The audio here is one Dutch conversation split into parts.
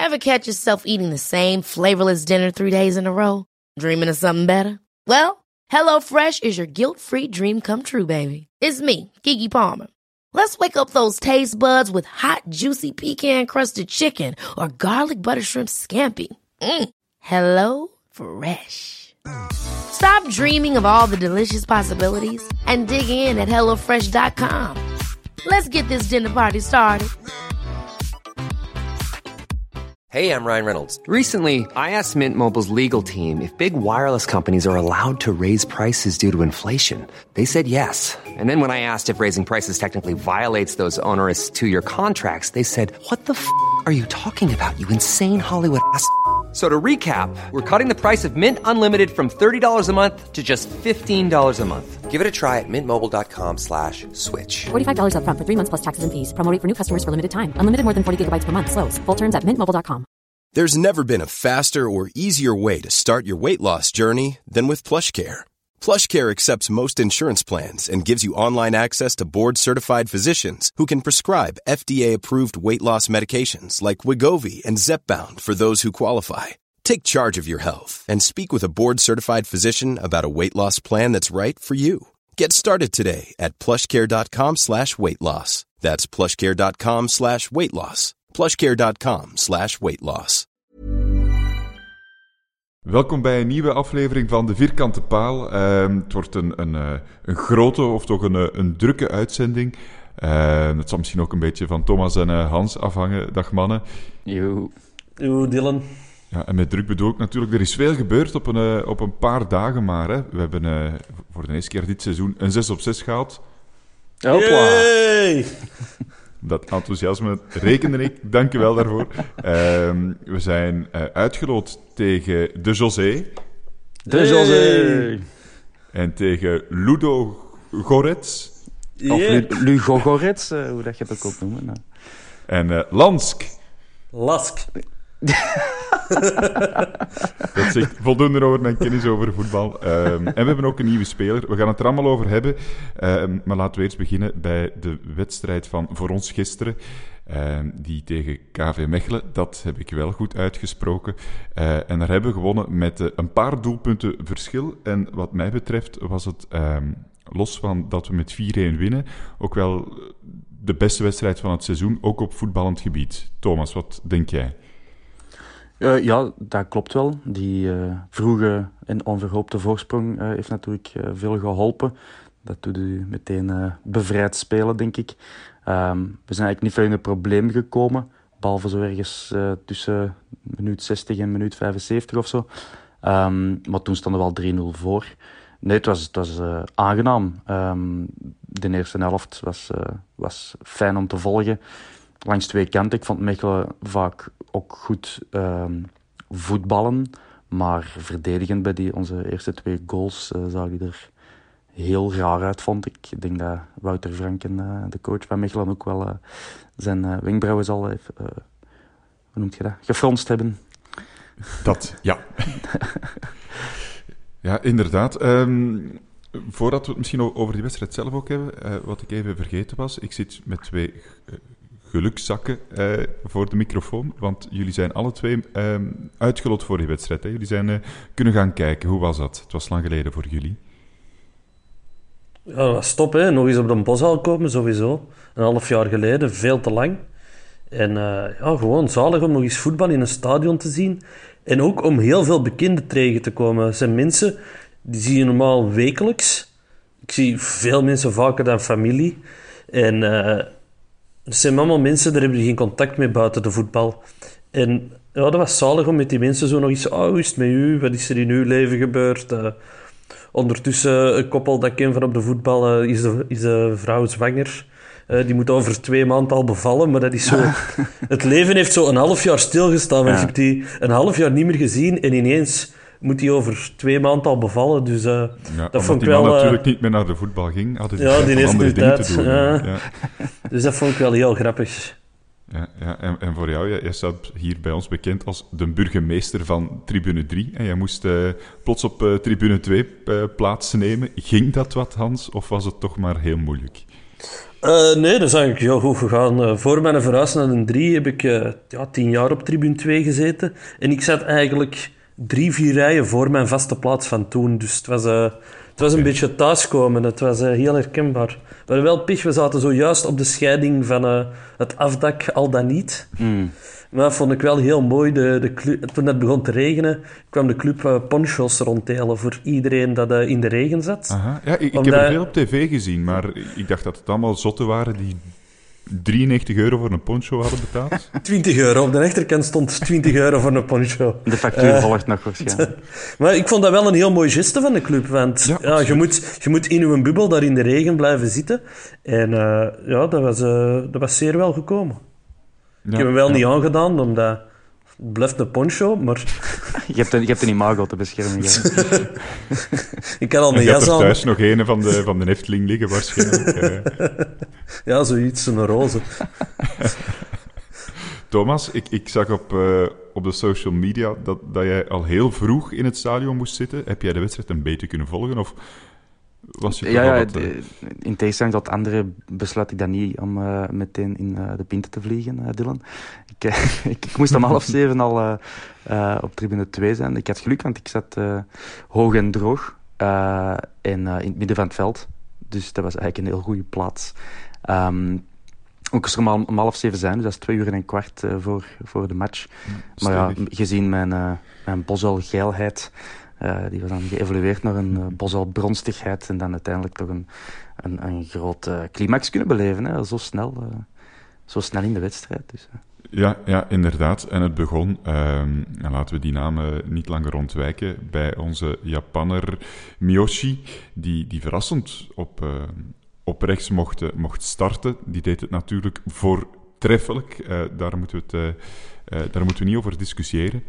Ever catch yourself eating the same flavorless dinner 3 days in a row? Dreaming of something better? Well, HelloFresh is your guilt-free dream come true, baby. It's me, Keke Palmer. Let's wake up those taste buds with hot, juicy pecan-crusted chicken or garlic butter shrimp scampi. Hello Fresh. Stop dreaming of all the delicious possibilities and dig in at HelloFresh.com. Let's get this dinner party started. Hey, I'm Ryan Reynolds. Recently, I asked Mint Mobile's legal team if big wireless companies are allowed to raise prices due to inflation. They said yes. And then when I asked if raising prices technically violates those onerous 2-year contracts, they said, "What the are you talking about, you insane Hollywood ass?" So to recap, we're cutting the price of Mint Unlimited from $30 a month to just $15 a month. Give it a try at mintmobile.com/switch. $45 up front for 3 months plus taxes and fees. Promo rate for new customers for limited time. Unlimited more than 40 gigabytes per month. Slows full terms at mintmobile.com. There's never been a faster or easier way to start your weight loss journey than with PlushCare. PlushCare accepts most insurance plans and gives you online access to board-certified physicians who can prescribe FDA-approved weight loss medications like Wegovy and Zepbound for those who qualify. Take charge of your health and speak with a board-certified physician about a weight loss plan that's right for you. Get started today at plushcare.com/weightloss. That's plushcare.com/weightloss. plushcare.com/weightloss. Welkom bij een nieuwe aflevering van De Vierkante Paal. Het wordt een grote of toch een drukke uitzending. Het zal misschien ook een beetje van Thomas en Hans afhangen. Dag mannen. Yo, Dylan. Ja, en met druk bedoel ik natuurlijk, er is veel gebeurd op een paar dagen maar. Hè. We hebben voor de eerste keer dit seizoen een 6 op 6 gehaald. Yay! Dat enthousiasme rekende ik, dank u wel daarvoor. We zijn uitgeloot tegen de José. De José! En tegen Ludo Gorets. Of Lugo Gorets, hoe dat je het ook kunt noemen. Nou. En Lansk. Lask. Dat zegt voldoende over mijn kennis over voetbal. En we hebben ook een nieuwe speler. We gaan het er allemaal over hebben. Maar laten we eerst beginnen bij de wedstrijd van voor ons gisteren. Die tegen KV Mechelen. Dat heb ik wel goed uitgesproken. En daar hebben we gewonnen met een paar doelpunten verschil. En wat mij betreft was het, los van dat we met 4-1 winnen, ook wel de beste wedstrijd van het seizoen, ook op voetballend gebied. Thomas, wat denk jij? Ja, dat klopt wel. Die vroege en onverhoopte voorsprong heeft natuurlijk veel geholpen. Dat doet u meteen bevrijd spelen, denk ik. We zijn eigenlijk niet veel in een probleem gekomen, behalve zo ergens tussen minuut 60 en minuut 75 of zo. Maar toen stonden we al 3-0 voor. Nee, het was aangenaam. De eerste helft was fijn om te volgen. Langs twee kanten. Ik vond Mechelen vaak ook goed voetballen. Maar verdedigend bij onze eerste 2 goals zag hij er heel raar uit, vond ik. Ik denk dat Wouter Franken, de coach van Mechelen, ook wel zijn wenkbrauwen zal even, hoe noemt je dat, gefronst hebben. Dat, ja. Ja, inderdaad. Voordat we het misschien over die wedstrijd zelf ook hebben, wat ik even vergeten was, ik zit met 2 gelukszakken voor de microfoon, want jullie zijn alle 2 uitgelot voor die wedstrijd. Hè? Jullie zijn kunnen gaan kijken. Hoe was dat? Het was lang geleden voor jullie. Ja, dat was top, hè. Nog eens op de Boshal komen, sowieso. Een half jaar geleden, veel te lang. En gewoon zalig om nog eens voetbal in een stadion te zien. En ook om heel veel bekenden tegen te komen. Het zijn mensen, die zie je normaal wekelijks. Ik zie veel mensen vaker dan familie. En het zijn allemaal mensen, daar hebben die geen contact mee buiten de voetbal. En ja, dat was zalig om met die mensen zo nog eens... hoe is het met u? Wat is er in uw leven gebeurd? Ondertussen, een koppel dat ik ken van op de voetbal, is de vrouw zwanger. Die moet over 2 maanden al bevallen, maar dat is zo... Het leven heeft zo een half jaar stilgestaan. Want ik heb die een half jaar niet meer gezien en ineens moet hij over 2 maanden al bevallen. Dus dat vond ik wel... die man natuurlijk niet meer naar de voetbal ging, hadden die die heeft andere dingen te doen. Ja. Dus dat vond ik wel heel grappig. Ja. En voor jou, jij staat hier bij ons bekend als de burgemeester van tribune 3. En jij moest plots op tribune 2 plaatsnemen. Ging dat wat, Hans, of was het toch maar heel moeilijk? Nee, dat is eigenlijk heel goed gegaan. Voor mijn verhuis naar een 3 heb ik 10 jaar op tribune 2 gezeten. En ik zat eigenlijk 3-4 rijen voor mijn vaste plaats van toen. Dus het was een beetje thuiskomen. Het was heel herkenbaar. We hadden wel pech, we zaten zojuist op de scheiding van het afdak al dan niet. Maar dat vond ik wel heel mooi. Toen het begon te regenen, kwam de club poncho's ronddelen voor iedereen dat in de regen zat. Aha. Ja, ik heb er veel op tv gezien, maar ik dacht dat het allemaal zotten waren die €93 voor een poncho hadden betaald. €20. Op de rechterkant stond €20 voor een poncho. De factuur volgt nog waarschijnlijk. Maar ik vond dat wel een heel mooi geste van de club. Want je moet in uw bubbel daar in de regen blijven zitten. En dat was zeer wel gekomen. Ik heb hem wel niet aangedaan, omdat het blijft een poncho, maar... Je hebt een imago te beschermen. Ik kan al mijn jas aan. Je hebt aan. er thuis nog een van de Efteling liggen, waarschijnlijk. Ja, zoiets, een roze. Thomas, ik zag op de social media dat jij al heel vroeg in het stadion moest zitten. Heb jij de wedstrijd een beetje kunnen volgen, of... In tegenstelling tot anderen besluit ik dat niet om meteen in de pinten te vliegen, Dylan. Ik moest om 6:30 al op tribune 2 zijn. Ik had geluk, want ik zat hoog en droog en in het midden van het veld. Dus dat was eigenlijk een heel goede plaats. Ook als er om 6:30 zijn, dus dat is 2 uur en een kwart voor de match. Maar ja, gezien mijn Bosel-geilheid... die was dan geëvolueerd naar een Bosel-bronstigheid en dan uiteindelijk toch een groot climax kunnen beleven. Hè? Zo snel in de wedstrijd. Dus, Ja, inderdaad. En het begon, laten we die namen niet langer ontwijken, bij onze Japanner Miyoshi, die verrassend op rechts mocht starten. Die deed het natuurlijk voortreffelijk. Daar moeten we niet over discussiëren.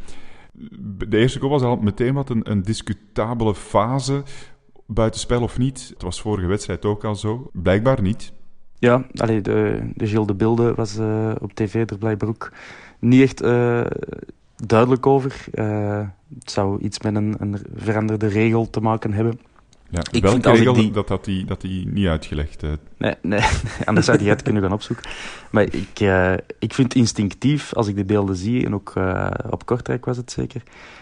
De eerste goal was al meteen wat een discutabele fase, buitenspel of niet. Het was vorige wedstrijd ook al zo. Blijkbaar niet. Ja, de Gilles de Bilde was op tv er blijkbaar ook niet echt duidelijk over. Het zou iets met een veranderde regel te maken hebben. Ja, welke regel dat hij niet uitgelegd? Nee, anders zou hij het kunnen gaan opzoeken. Maar ik vind instinctief, als ik de beelden zie, en ook op Kortrijk was het zeker,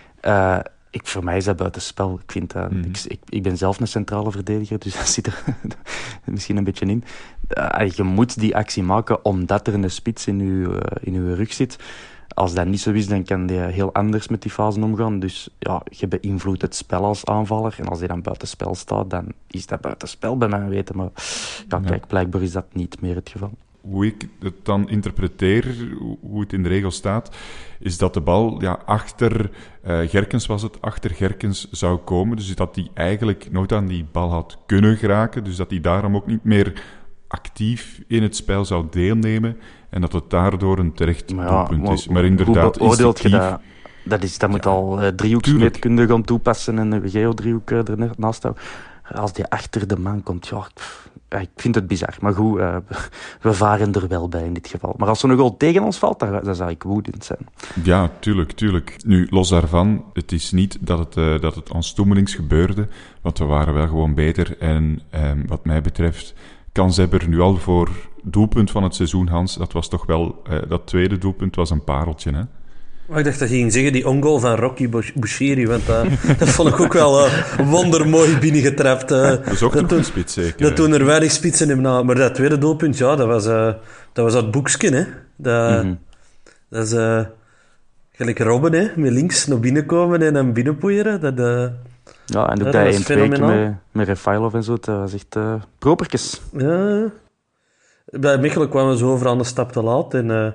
voor mij is dat buitenspel. Ik vind dat, ik ben zelf een centrale verdediger, dus dat zit er misschien een beetje in. Je moet die actie maken omdat er een spits in uw rug zit. Als dat niet zo is, dan kan je heel anders met die fasen omgaan. Dus ja, je beïnvloedt het spel als aanvaller. En als hij dan buitenspel staat, dan is dat buitenspel bij mij weten. Maar kijk, blijkbaar is dat niet meer het geval. Hoe ik het dan interpreteer, hoe het in de regel staat, is dat de bal achter Gerkens achter Gerkens zou komen. Dus dat hij eigenlijk nooit aan die bal had kunnen geraken. Dus dat hij daarom ook niet meer actief in het spel zou deelnemen en dat het daardoor een terecht doelpunt is. Maar inderdaad, hoe beoordeelt je dat? Dat moet al driehoeksmeetkunde gaan toepassen en een geodriehoek ernaast houden. Als die achter de man komt, ik vind het bizar. Maar goed, we varen er wel bij in dit geval. Maar als er een goal tegen ons valt, dan zou ik woedend zijn. Ja, tuurlijk. Nu, los daarvan, het is niet dat het ons toemelings gebeurde, want we waren wel gewoon beter. En wat mij betreft... Kanshebber nu al voor doelpunt van het seizoen, Hans. Dat was toch wel... dat tweede doelpunt was een pareltje, hè? Maar ik dacht dat je ging zeggen die ongoal van Rocky Bushiri, want dat vond ik ook wel wondermooi binnengetrapt. Dat is ook een spits, zeker. Dat toen er weinig spitsen in na. Maar dat tweede doelpunt, dat was uit boekje, hè? Dat is gelijk Robben, hè? Met links naar binnen komen en dan binnenpoeieren. Ja, en ook dat 1-2 met Refailov en zo, dat was echt propertjes. Ja. Bij Mechelen kwamen ze over aan een stap te laat en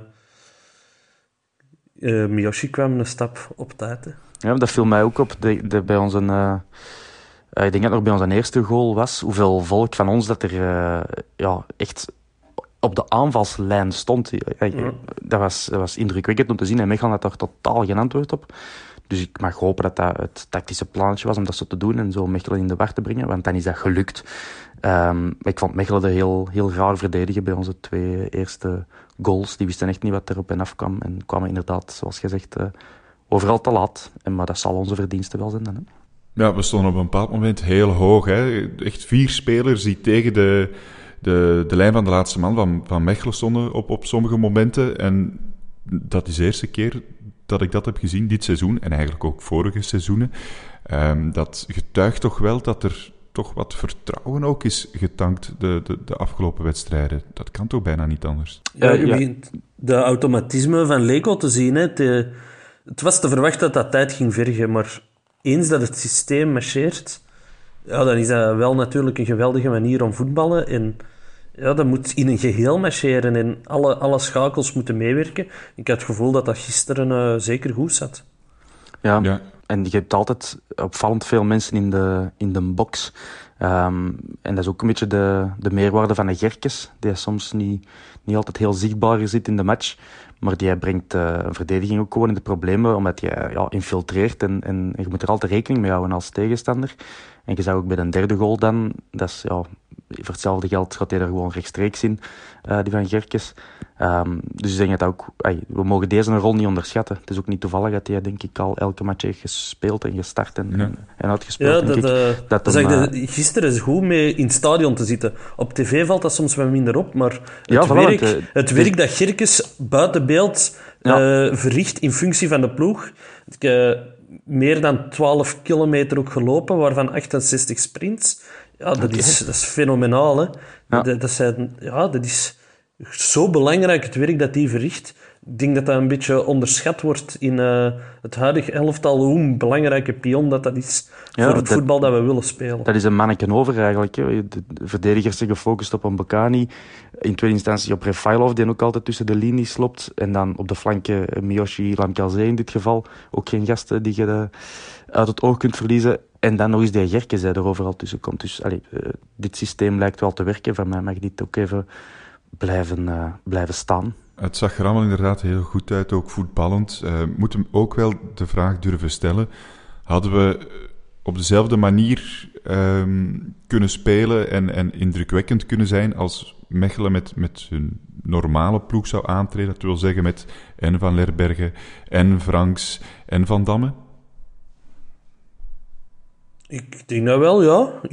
Miyoshi kwam een stap op tijd. Hè. Ja, dat viel mij ook op. Bij onze, ik denk dat nog bij onze eerste goal was, hoeveel volk van ons dat er echt op de aanvalslijn stond. Dat was indrukwekkend om te zien en Mechelen had daar totaal geen antwoord op. Dus ik mag hopen dat het tactische plannetje was om dat zo te doen en zo Mechelen in de war te brengen, want dan is dat gelukt. Ik vond Mechelen heel raar verdedigen bij onze 2 eerste goals. Die wisten echt niet wat er op en af kwam en kwamen inderdaad, zoals je zegt, overal te laat. Maar dat zal onze verdienste wel zijn dan. Hè? Ja, we stonden op een bepaald moment heel hoog. Hè? Echt 4 spelers die de lijn van de laatste man van Mechelen stonden op sommige momenten. En dat is de eerste keer dat ik dat heb gezien dit seizoen, en eigenlijk ook vorige seizoenen. Dat getuigt toch wel dat er toch wat vertrouwen ook is getankt de afgelopen wedstrijden. Dat kan toch bijna niet anders? Ja, je begint de automatisme van Leko te zien. Hè. Het was te verwachten dat tijd ging vergen, maar eens dat het systeem marcheert, ja, dan is dat wel natuurlijk een geweldige manier om voetballen. En ja, dat moet in een geheel marcheren en alle schakels moeten meewerken. Ik had het gevoel dat gisteren zeker goed zat. Ja. En je hebt altijd opvallend veel mensen in de box. En dat is ook een beetje de meerwaarde van een Gerkes, die soms niet altijd heel zichtbaar zit in de match. Maar die brengt een verdediging ook gewoon in de problemen, omdat je infiltreert en je moet er altijd rekening mee houden als tegenstander. En je zag ook bij de derde goal dan, dat is, voor hetzelfde geld gaat hij er gewoon rechtstreeks in, die van Gerkes. Dus ik denk dat ook, we mogen deze rol niet onderschatten. Het is ook niet toevallig dat hij, denk ik, al elke match heeft gespeeld en gestart en uitgespeeld. Ja, gisteren is goed mee in het stadion te zitten. Op tv valt dat soms wat minder op, maar het werk dat Gerkes buiten beeld verricht in functie van de ploeg. Meer dan 12 kilometer ook gelopen, waarvan 68 sprints. Ja, dat is fenomenaal. Hè? Ja. Dat is zo belangrijk, het werk dat die verricht. Ik denk dat dat een beetje onderschat wordt in het huidige elftal, hoe een belangrijke pion dat is voor het voetbal dat we willen spelen. Dat is een manneken over eigenlijk. Hè. De verdedigers zijn gefocust op Mbokani. In tweede instantie op Refailov, die ook altijd tussen de linies loopt. En dan op de flanken Miyoshi Lamkelzee in dit geval. Ook geen gasten die je uit het oog kunt verliezen. En dan nog eens die Gerkes die er overal tussen komt. Dus dit systeem lijkt wel te werken. Van mij mag dit ook even blijven staan. Het zag er allemaal inderdaad heel goed uit, ook voetballend. Moeten ook wel de vraag durven stellen. Hadden we op dezelfde manier kunnen spelen en indrukwekkend kunnen zijn als Mechelen met hun normale ploeg zou aantreden? Dat wil zeggen met en Van Lerbergen en Franks en Van Damme? Ik denk dat wel,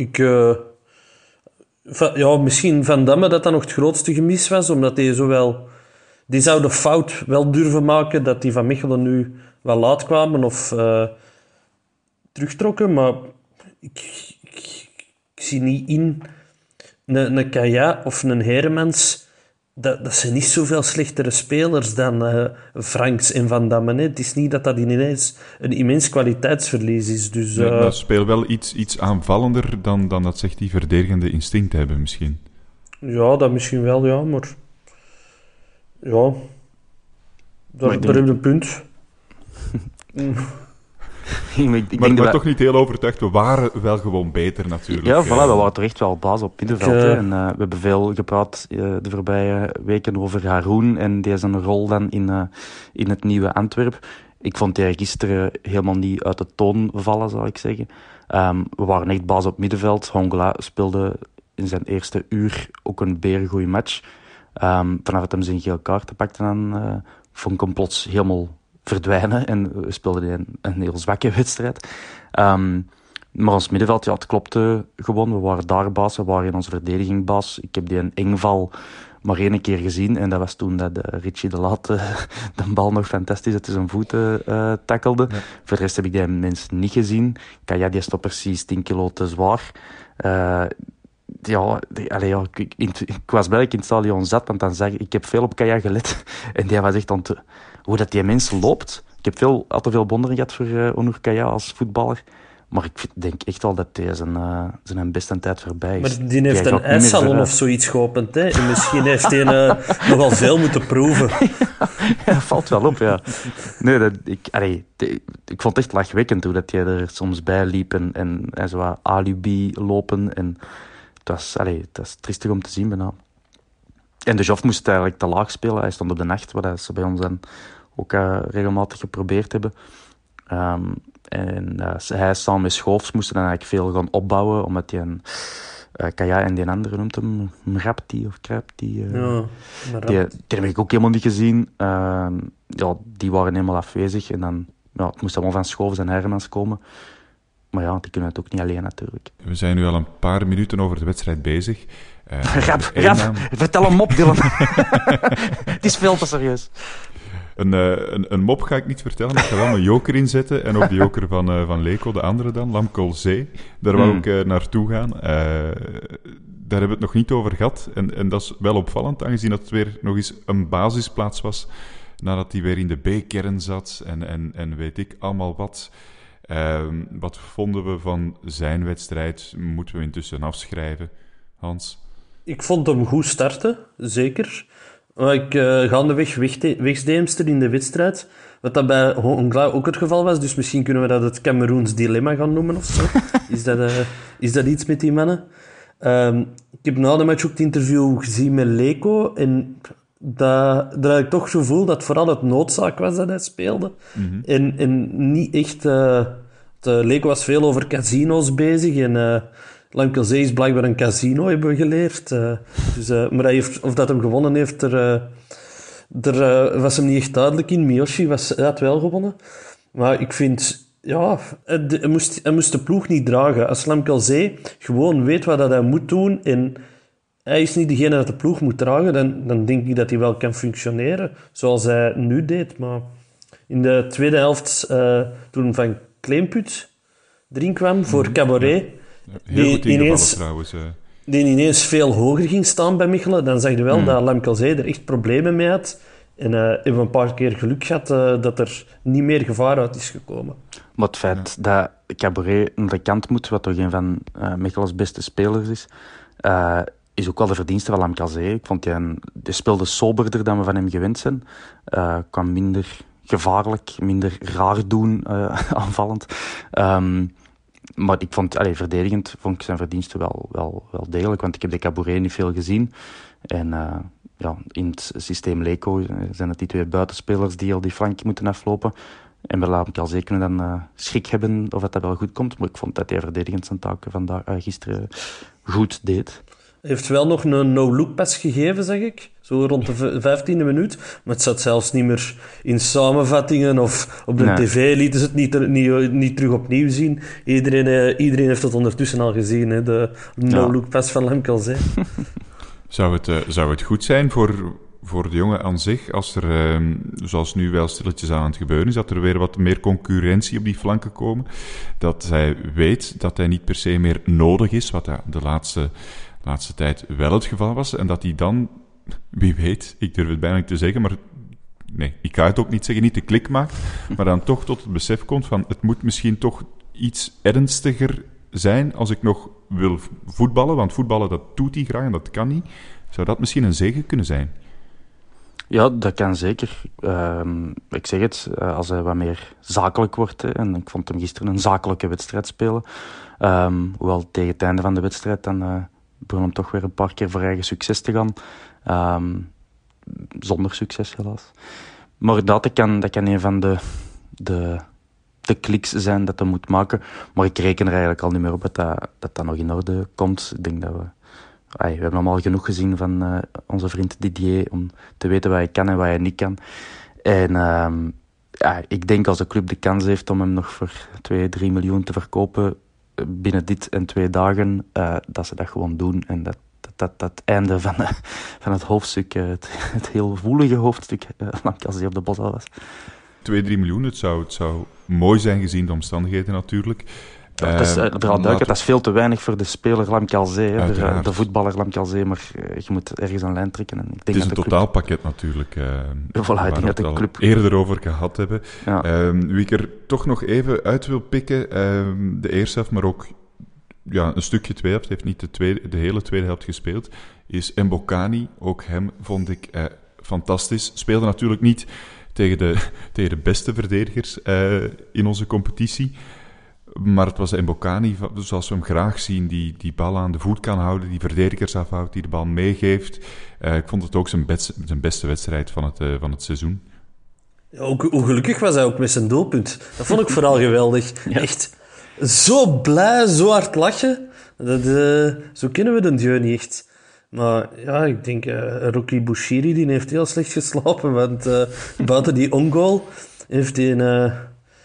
ja. Misschien Van Damme dat nog het grootste gemis was, omdat hij zowel... Die zou de fout wel durven maken dat die van Mechelen nu wel laat kwamen of terugtrokken, maar ik zie niet in een Kaya of een Heremans. Dat zijn niet zoveel slechtere spelers dan Franks en Van Damme. Hè. Het is niet dat ineens een immens kwaliteitsverlies is. Dus, dat speelt wel iets aanvallender dan dat zegt die verdedigende instinct hebben misschien. Ja, dat misschien wel, ja, maar... Ja, daar heb je een punt. maar toch niet heel overtuigd. We waren wel gewoon beter natuurlijk. Ja, voilà, we waren toch echt wel baas op middenveld. En, we hebben veel gepraat de voorbije weken over Haroun en deze rol dan in het nieuwe Antwerp. Ik vond hij gisteren helemaal niet uit de toon vallen, zou ik zeggen. We waren echt baas op middenveld. Hongola speelde in zijn eerste uur ook een berengoeie match. Vanaf het hem zijn geel kaarten pakte, dan vond ik hem plots helemaal verdwijnen en speelde hij een heel zwakke wedstrijd. Maar ons middenveld, het klopte gewoon. We waren daar baas, we waren in onze verdediging baas. Ik heb die een engval maar 1 keer gezien en dat was toen dat Richie de Laat de bal nog fantastisch uit zijn voeten tackelde. Ja. Voor de rest heb ik die mensen niet gezien. Kaya, die is toch precies 10 kilo te zwaar. Ik was blij dat ik in het stadion zat, want dan zag ik heb veel op Kaya gelet. En die was echt hoe dat die mensen loopt. Ik heb altijd veel bewondering gehad voor Onur Kaya als voetballer. Maar ik denk echt wel dat hij zijn beste tijd voorbij is. Maar die heeft een ijssalon of zoiets geopend, hè? En misschien heeft hij nogal veel moeten proeven. Ja, valt wel op, ja. Nee, ik vond het echt lachwekkend hoe dat hij er soms bij liep en zo wat alibi lopen. En het was triestig om te zien bijna. En de Joff moest eigenlijk te laag spelen. Hij stond op de 8, wat ze bij ons dan ook regelmatig geprobeerd hebben. Hij samen met Schoofs moesten dan eigenlijk veel gaan opbouwen, omdat hij Kaya en die andere noemt hem Mrapti of Krapti. Die heb ik ook helemaal niet gezien. Die waren helemaal afwezig en dan het moest allemaal van Schoofs en Hermans komen. Maar ja, die kunnen het ook niet alleen natuurlijk. We zijn nu al een paar minuten over de wedstrijd bezig. Rap, vertel een mop, Dylan. Het is veel te serieus. Een mop ga ik niet vertellen, maar ik ga wel een joker inzetten. En ook de joker van Leko, de andere dan, Lamkel Zee. Daar wou ik naartoe gaan. Daar hebben we het nog niet over gehad. En dat is wel opvallend, aangezien dat het weer nog eens een basisplaats was. Nadat hij weer in de B-kern zat en weet ik allemaal wat. Wat vonden we van zijn wedstrijd? Moeten we intussen afschrijven, Hans? Ik vond hem goed starten, zeker. Maar ik gaandeweg wegdeemster in de wedstrijd. Wat dat bij Hongla ook het geval was. Dus misschien kunnen we dat het Cameroens dilemma gaan noemen of zo. Is dat iets met die mannen? Ik heb na de match ook het interview gezien met Leko. En daar had ik toch het gevoel dat vooral het noodzaak was dat hij speelde. Mm-hmm. En niet echt... Leko was veel over casino's bezig. En Lamkel Zee is blijkbaar een casino, hebben we geleerd. Maar hij heeft, of dat hem gewonnen heeft, was hem niet echt duidelijk in. Miyoshi had wel gewonnen. Maar ik vind... Ja, hij moest de ploeg niet dragen. Als Lamkel Zee gewoon weet wat hij moet doen en hij is niet degene dat de ploeg moet dragen, dan denk ik dat hij wel kan functioneren zoals hij nu deed. Maar in de tweede helft, toen Van Kleemput erin kwam voor Cabaret, heel goed ingevallen trouwens. Die ineens veel hoger ging staan bij Mechelen, dan zag je wel dat Lamkel Zee er echt problemen mee had. En hebben we een paar keer geluk gehad dat er niet meer gevaar uit is gekomen. Maar het feit dat Cabaret aan de kant moet, wat toch een van Mechelen's beste spelers is ook wel de verdienste van Lamkel Zee. Ik vond hij speelde soberder dan we van hem gewend zijn. Kwam minder gevaarlijk, minder raar doen, aanvallend. Maar ik vond, verdedigend vond ik zijn verdienste wel degelijk, want ik heb de Cabaret niet veel gezien. En in het systeem Leko zijn het die twee buitenspelers die al die flank moeten aflopen. En bij Lamkel Zee kunnen dan schrik hebben of dat wel goed komt. Maar ik vond dat hij verdedigend zijn taken gisteren goed deed. Hij heeft wel nog een no-look pass gegeven, zeg ik. Zo rond de 15e minuut. Maar het zat zelfs niet meer in samenvattingen of op de tv lieten ze het niet terug opnieuw zien. Iedereen heeft het ondertussen al gezien, hè, de no-look pass van Lamkel Zee. Zou het goed zijn voor de jongen aan zich, als er, zoals nu wel stilletjes aan het gebeuren is, dat er weer wat meer concurrentie op die flanken komen, dat hij weet dat hij niet per se meer nodig is, wat de laatste tijd wel het geval was, en dat hij dan, wie weet, ik durf het bijna niet te zeggen, maar nee, ik ga het ook niet zeggen, niet de klik maakt, maar dan toch tot het besef komt van, het moet misschien toch iets ernstiger zijn als ik nog wil voetballen, want voetballen, dat doet hij graag en dat kan niet. Zou dat misschien een zegen kunnen zijn? Ja, dat kan zeker. Ik zeg het, als hij wat meer zakelijk wordt, en ik vond hem gisteren een zakelijke wedstrijd spelen, hoewel tegen het einde van de wedstrijd dan begon hem toch weer een paar keer voor eigen succes te gaan. Zonder succes helaas. Maar dat kan een van de kliks zijn dat hij moet maken. Maar ik reken er eigenlijk al niet meer op dat nog in orde komt. Ik denk dat we hebben allemaal genoeg gezien van onze vriend Didier om te weten wat hij kan en wat hij niet kan. En ik denk als de club de kans heeft om hem nog voor 2-3 miljoen te verkopen binnen dit en 2 dagen, dat ze dat gewoon doen. En dat einde van het hoofdstuk, het heel woelige hoofdstuk, als hij op de Bosuil was. 2-3 miljoen, het zou mooi zijn gezien de omstandigheden natuurlijk. Dat is duidelijk, dat is veel te weinig voor de speler Lamkel Zee, de voetballer Lamkel Zee, maar je moet ergens een lijn trekken. En ik denk het is dat een totaalpakket natuurlijk, waar we het al eerder over gehad hebben. Ja. Wie ik er toch nog even uit wil pikken, de eerste helft, maar ook een stukje tweede helft, heeft niet de hele tweede helft gespeeld, is Mbokani. Ook hem vond ik fantastisch. Speelde natuurlijk niet tegen de beste verdedigers in onze competitie. Maar het was Mbokani, zoals we hem graag zien, die bal aan de voet kan houden, die verdedigers afhoudt, die de bal meegeeft. Ik vond het ook zijn beste wedstrijd van het seizoen. Ja, hoe gelukkig was hij ook met zijn doelpunt. Dat vond ik vooral geweldig. Ja. Echt zo blij, zo hard lachen. Zo kennen we de dieu niet echt. Maar ja, ik denk, Rocky Bushiri die heeft heel slecht geslapen, want buiten die ongoal heeft hij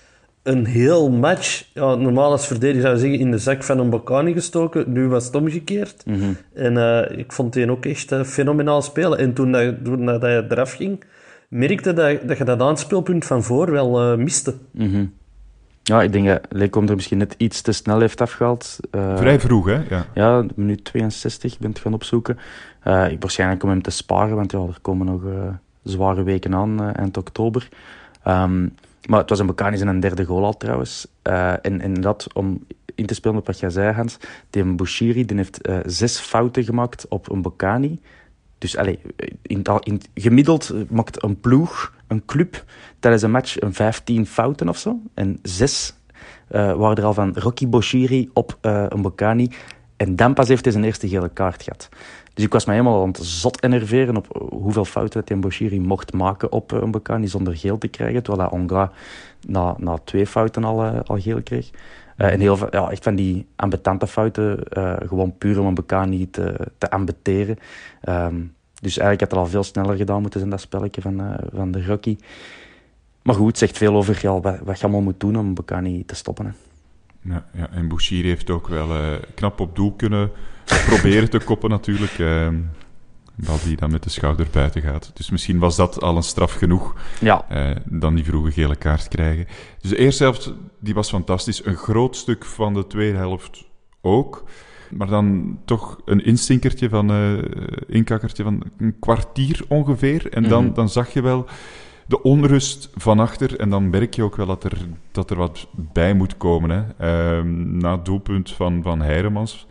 een heel match, normaal als verdediger zou je zeggen, in de zak van een Mbokani gestoken. Nu was het omgekeerd. Mm-hmm. En ik vond die ook echt fenomenaal spelen. En toen dat hij eraf ging, merkte dat je dat aanspeelpunt van voor wel miste. Mm-hmm. Ja, ik denk dat Lecom er misschien net iets te snel heeft afgehaald. Vrij vroeg, hè? Ja, minuut 62, ik ben het gaan opzoeken. Waarschijnlijk om hem te sparen, want er komen nog zware weken aan eind oktober. Maar het was een Mbokani zijn derde goal al trouwens. En dat, om in te spelen op wat jij zei, Hans, die Bushiri die heeft 6 fouten gemaakt op een Mbokani. Dus gemiddeld maakt een ploeg, een club, tijdens een match 15 fouten of zo. En 6 waren er al van Rocky Bushiri op een Mbokani. En dan pas heeft hij zijn eerste gele kaart gehad. Dus ik was mij helemaal aan het zot enerveren op hoeveel fouten dat hij Bushiri mocht maken op een Mbokani zonder geel te krijgen. Terwijl hij Onga na 2 fouten al geel kreeg. En heel veel, echt van die ambetante fouten, gewoon puur om een Mbokani te ambeteren. Dus eigenlijk had het al veel sneller gedaan moeten zijn, dat spelletje van de Rocky. Maar goed, het zegt veel over wat je allemaal moet doen om Mbokani te stoppen. Hè. Ja, en Bushiri heeft ook wel knap op doel kunnen proberen te koppen natuurlijk. Een bal die dan met de schouder buiten gaat. Dus misschien was dat al een straf genoeg. Ja. Dan die vroege gele kaart krijgen. Dus de eerste helft die was fantastisch. Een groot stuk van de tweede helft ook. Maar dan toch een instinkertje inkakkertje van een kwartier ongeveer. En dan zag je wel de onrust van achter. En dan merk je ook wel dat er wat bij moet komen. Hè. Na het doelpunt van Heiremans.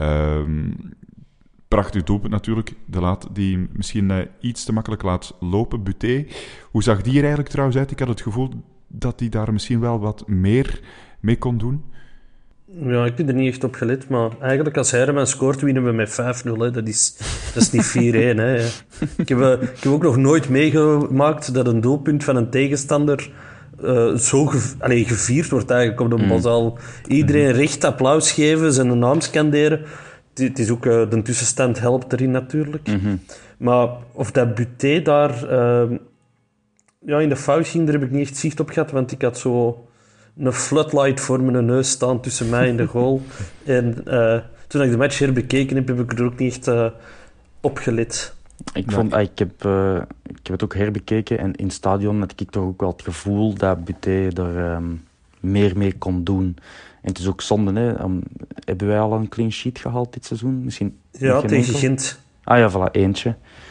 Prachtig doelpunt natuurlijk. Die misschien iets te makkelijk laat lopen. Buté. Hoe zag die er eigenlijk trouwens uit? Ik had het gevoel dat hij daar misschien wel wat meer mee kon doen. Ja, ik heb er niet echt op gelet, maar eigenlijk als Heiremans scoort, winnen we met 5-0. Hè. Dat is niet 4-1. Hè. Ik heb ook nog nooit meegemaakt dat een doelpunt van een tegenstander zo gevierd wordt eigenlijk op de Bosal. Iedereen recht applaus geven, zijn naam scanderen. Het is ook de tussenstand helpt erin natuurlijk. Mm-hmm. Maar of dat Buté daar in de fout ging, daar heb ik niet echt zicht op gehad, want ik had zo een floodlight voor mijn neus staan tussen mij en de goal. En toen ik de match herbekeken heb ik er ook niet echt op gelet. Ik heb het ook herbekeken en in het stadion had ik toch ook wel het gevoel dat Buté er meer mee kon doen. En het is ook zonde, hè. Hebben wij al een clean sheet gehaald dit seizoen? Misschien tegen Gent. Ah ja, voilà, eentje.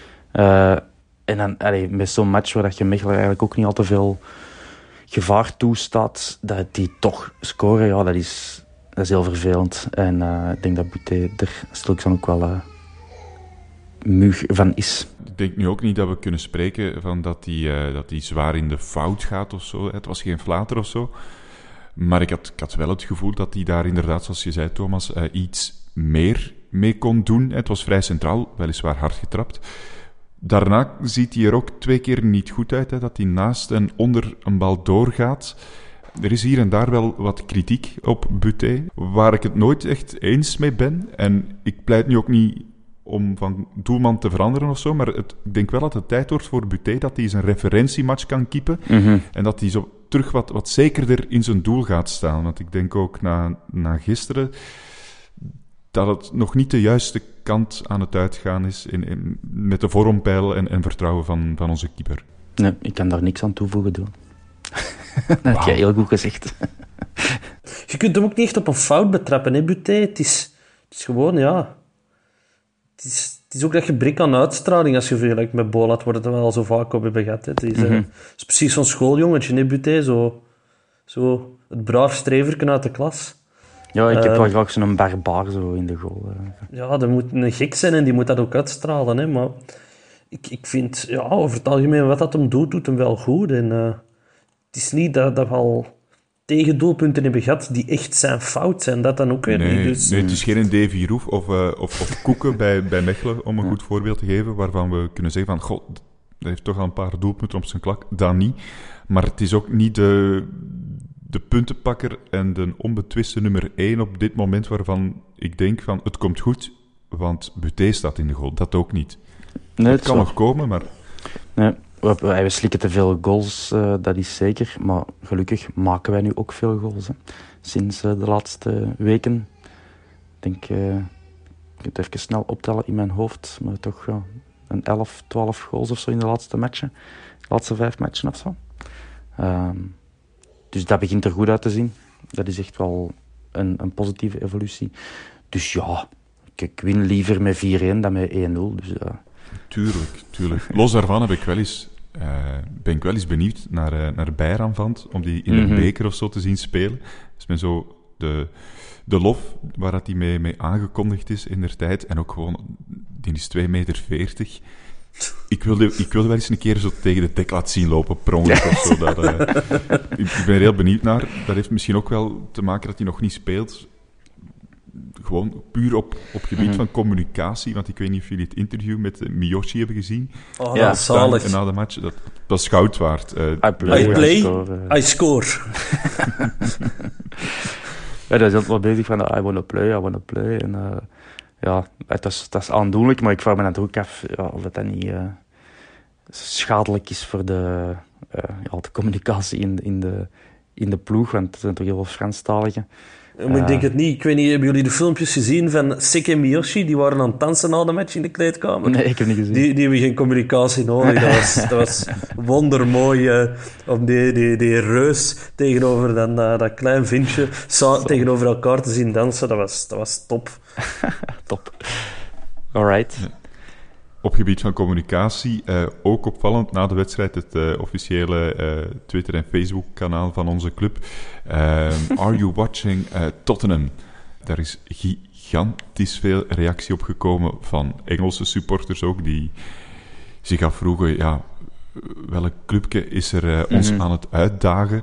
En dan met zo'n match waar je Mechelen eigenlijk ook niet al te veel gevaar toestaat, dat die toch scoren, dat is heel vervelend. En ik denk dat Buté er stilletjes ook wel mug van is. Ik denk nu ook niet dat we kunnen spreken van dat hij zwaar in de fout gaat of zo. Het was geen flater of zo. Maar ik had wel het gevoel dat hij daar inderdaad, zoals je zei, Thomas, iets meer mee kon doen. Het was vrij centraal, weliswaar hard getrapt. Daarna ziet hij er ook 2 keer niet goed uit, hè, dat hij naast en onder een bal doorgaat. Er is hier en daar wel wat kritiek op Buté, waar ik het nooit echt eens mee ben. En ik pleit nu ook niet om van doelman te veranderen of zo, maar ik denk wel dat het tijd wordt voor Buté dat hij zijn referentiematch kan keepen. Mm-hmm. En dat hij zo terug wat zekerder in zijn doel gaat staan. Want ik denk ook na gisteren dat het nog niet de juiste kant aan het uitgaan is met de vormpeil en vertrouwen van onze keeper. Nee, ik kan daar niks aan toevoegen doen. Dat heb jij heel goed gezegd. Je kunt hem ook niet echt op een fout betrappen, hè, Buté. Het is gewoon, ja... Het is ook dat gebrek aan uitstraling als je vergelijkt met Bolat, waar we al zo vaak op hebben gehad. Hè. Het is precies zo'n schooljongetje, hè, Buté. Zo het braaf streverken uit de klas. Ja, ik heb wel graag zo'n barbaar zo in de goal. Ja, dat moet een gek zijn en die moet dat ook uitstralen. Hè. Maar ik vind, over het algemeen, wat dat hem doet hem wel goed. En het is niet dat we al tegendoelpunten hebben gehad die echt zijn fout zijn. Dat dan ook weer niet. Dus... Nee, het is geen Davy Roef of Koeken bij Mechelen, om een goed voorbeeld te geven, waarvan we kunnen zeggen van, god, dat heeft toch al een paar doelpunten op zijn klak. Dat niet. Maar het is ook niet de puntenpakker en de onbetwiste nummer 1 op dit moment, waarvan ik denk van, het komt goed, want Buté staat in de goal. Dat ook niet. Nee, het kan nog komen, maar... Nee, We slikken te veel goals, dat is zeker. Maar gelukkig maken wij nu ook veel goals. Hè. Sinds de laatste weken. Ik denk, ik moet het even snel optellen in mijn hoofd. Maar toch een 11, 12 goals of zo in de laatste matchen. De laatste 5 matchen of zo. Dus dat begint er goed uit te zien. Dat is echt wel een positieve evolutie. Dus ja, ik win liever met 4-1 dan met 1-0. Dus, Tuurlijk. Los daarvan ben ik wel eens benieuwd naar Beiranvand, om die in een beker of zo te zien spelen. Dus met zo de lof waar dat die mee aangekondigd is in der tijd. En ook gewoon, die is 2,40 meter. Ik wilde wel eens een keer zo tegen de dek laten zien lopen, per ongeluk of zo. Ik ben er heel benieuwd naar. Dat heeft misschien ook wel te maken dat hij nog niet speelt. Gewoon puur op gebied van communicatie. Want ik weet niet of jullie het interview met Miyoshi hebben gezien. Oh, ja, zalig. En na de match, dat was goud waard. I play, I score. Ja, dat is altijd wel bezig van I wanna play. En ja, dat is aandoenlijk, maar ik vraag me dan ook af of dat niet schadelijk is voor de communicatie in de ploeg, want er zijn toch heel veel Franstaligen. Maar ik denk het niet. Ik weet niet, hebben jullie de filmpjes gezien van Sek en Miyoshi? Die waren aan het dansen na de match in de kleedkamer. Nee, ik heb niet gezien. Die hebben geen communicatie nodig. Dat was wondermooi. Om die reus tegenover dat klein vintje tegenover elkaar te zien dansen. Dat was top. Top. Alright. Ja. Op gebied van communicatie, ook opvallend na de wedstrijd het officiële Twitter- en Facebook-kanaal van onze club. Are you watching Tottenham? Daar is gigantisch veel reactie op gekomen van Engelse supporters ook, die zich afvroegen, ja, welk clubje is er ons aan het uitdagen?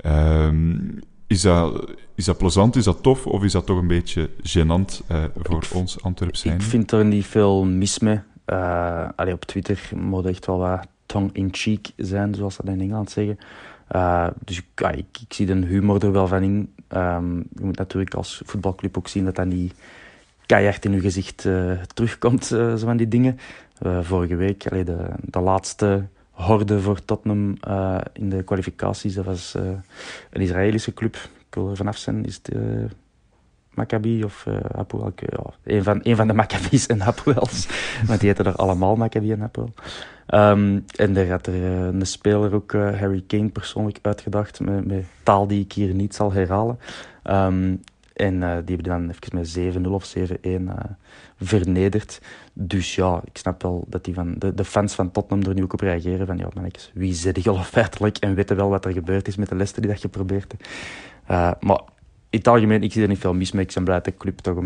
Is dat plezant, is dat tof, of is dat toch een beetje gênant voor ons Antwerpsijn? Ik vind er niet veel mis mee. Op Twitter moet echt wel wat tongue-in-cheek zijn, zoals ze dat in Engeland zeggen. Dus ik zie de humor er wel van in. Je moet natuurlijk als voetbalclub ook zien dat dat niet keihard in je gezicht terugkomt, zo van die dingen. Vorige week, de laatste horde voor Tottenham in de kwalificaties, dat was een Israëlische club. Ik wil er vanaf zijn, is het Maccabi of Hapoel. Een van de Maccabi's en Hapoels. Want die heten er allemaal Maccabi en Hapoel. En daar had er een speler ook Harry Kane persoonlijk uitgedacht met taal die ik hier niet zal herhalen. En die hebben dan even met 7-0 of 7-1 vernederd. Dus ja, ik snap wel dat die de fans van Tottenham er nu ook op reageren. Van ja, mannetjes, wie zit die al feitelijk en weten wel wat er gebeurd is met de lessen die dat geprobeerd hebt. Maar in het algemeen, ik zie er niet veel mis mee. Ik ben blij dat de club toch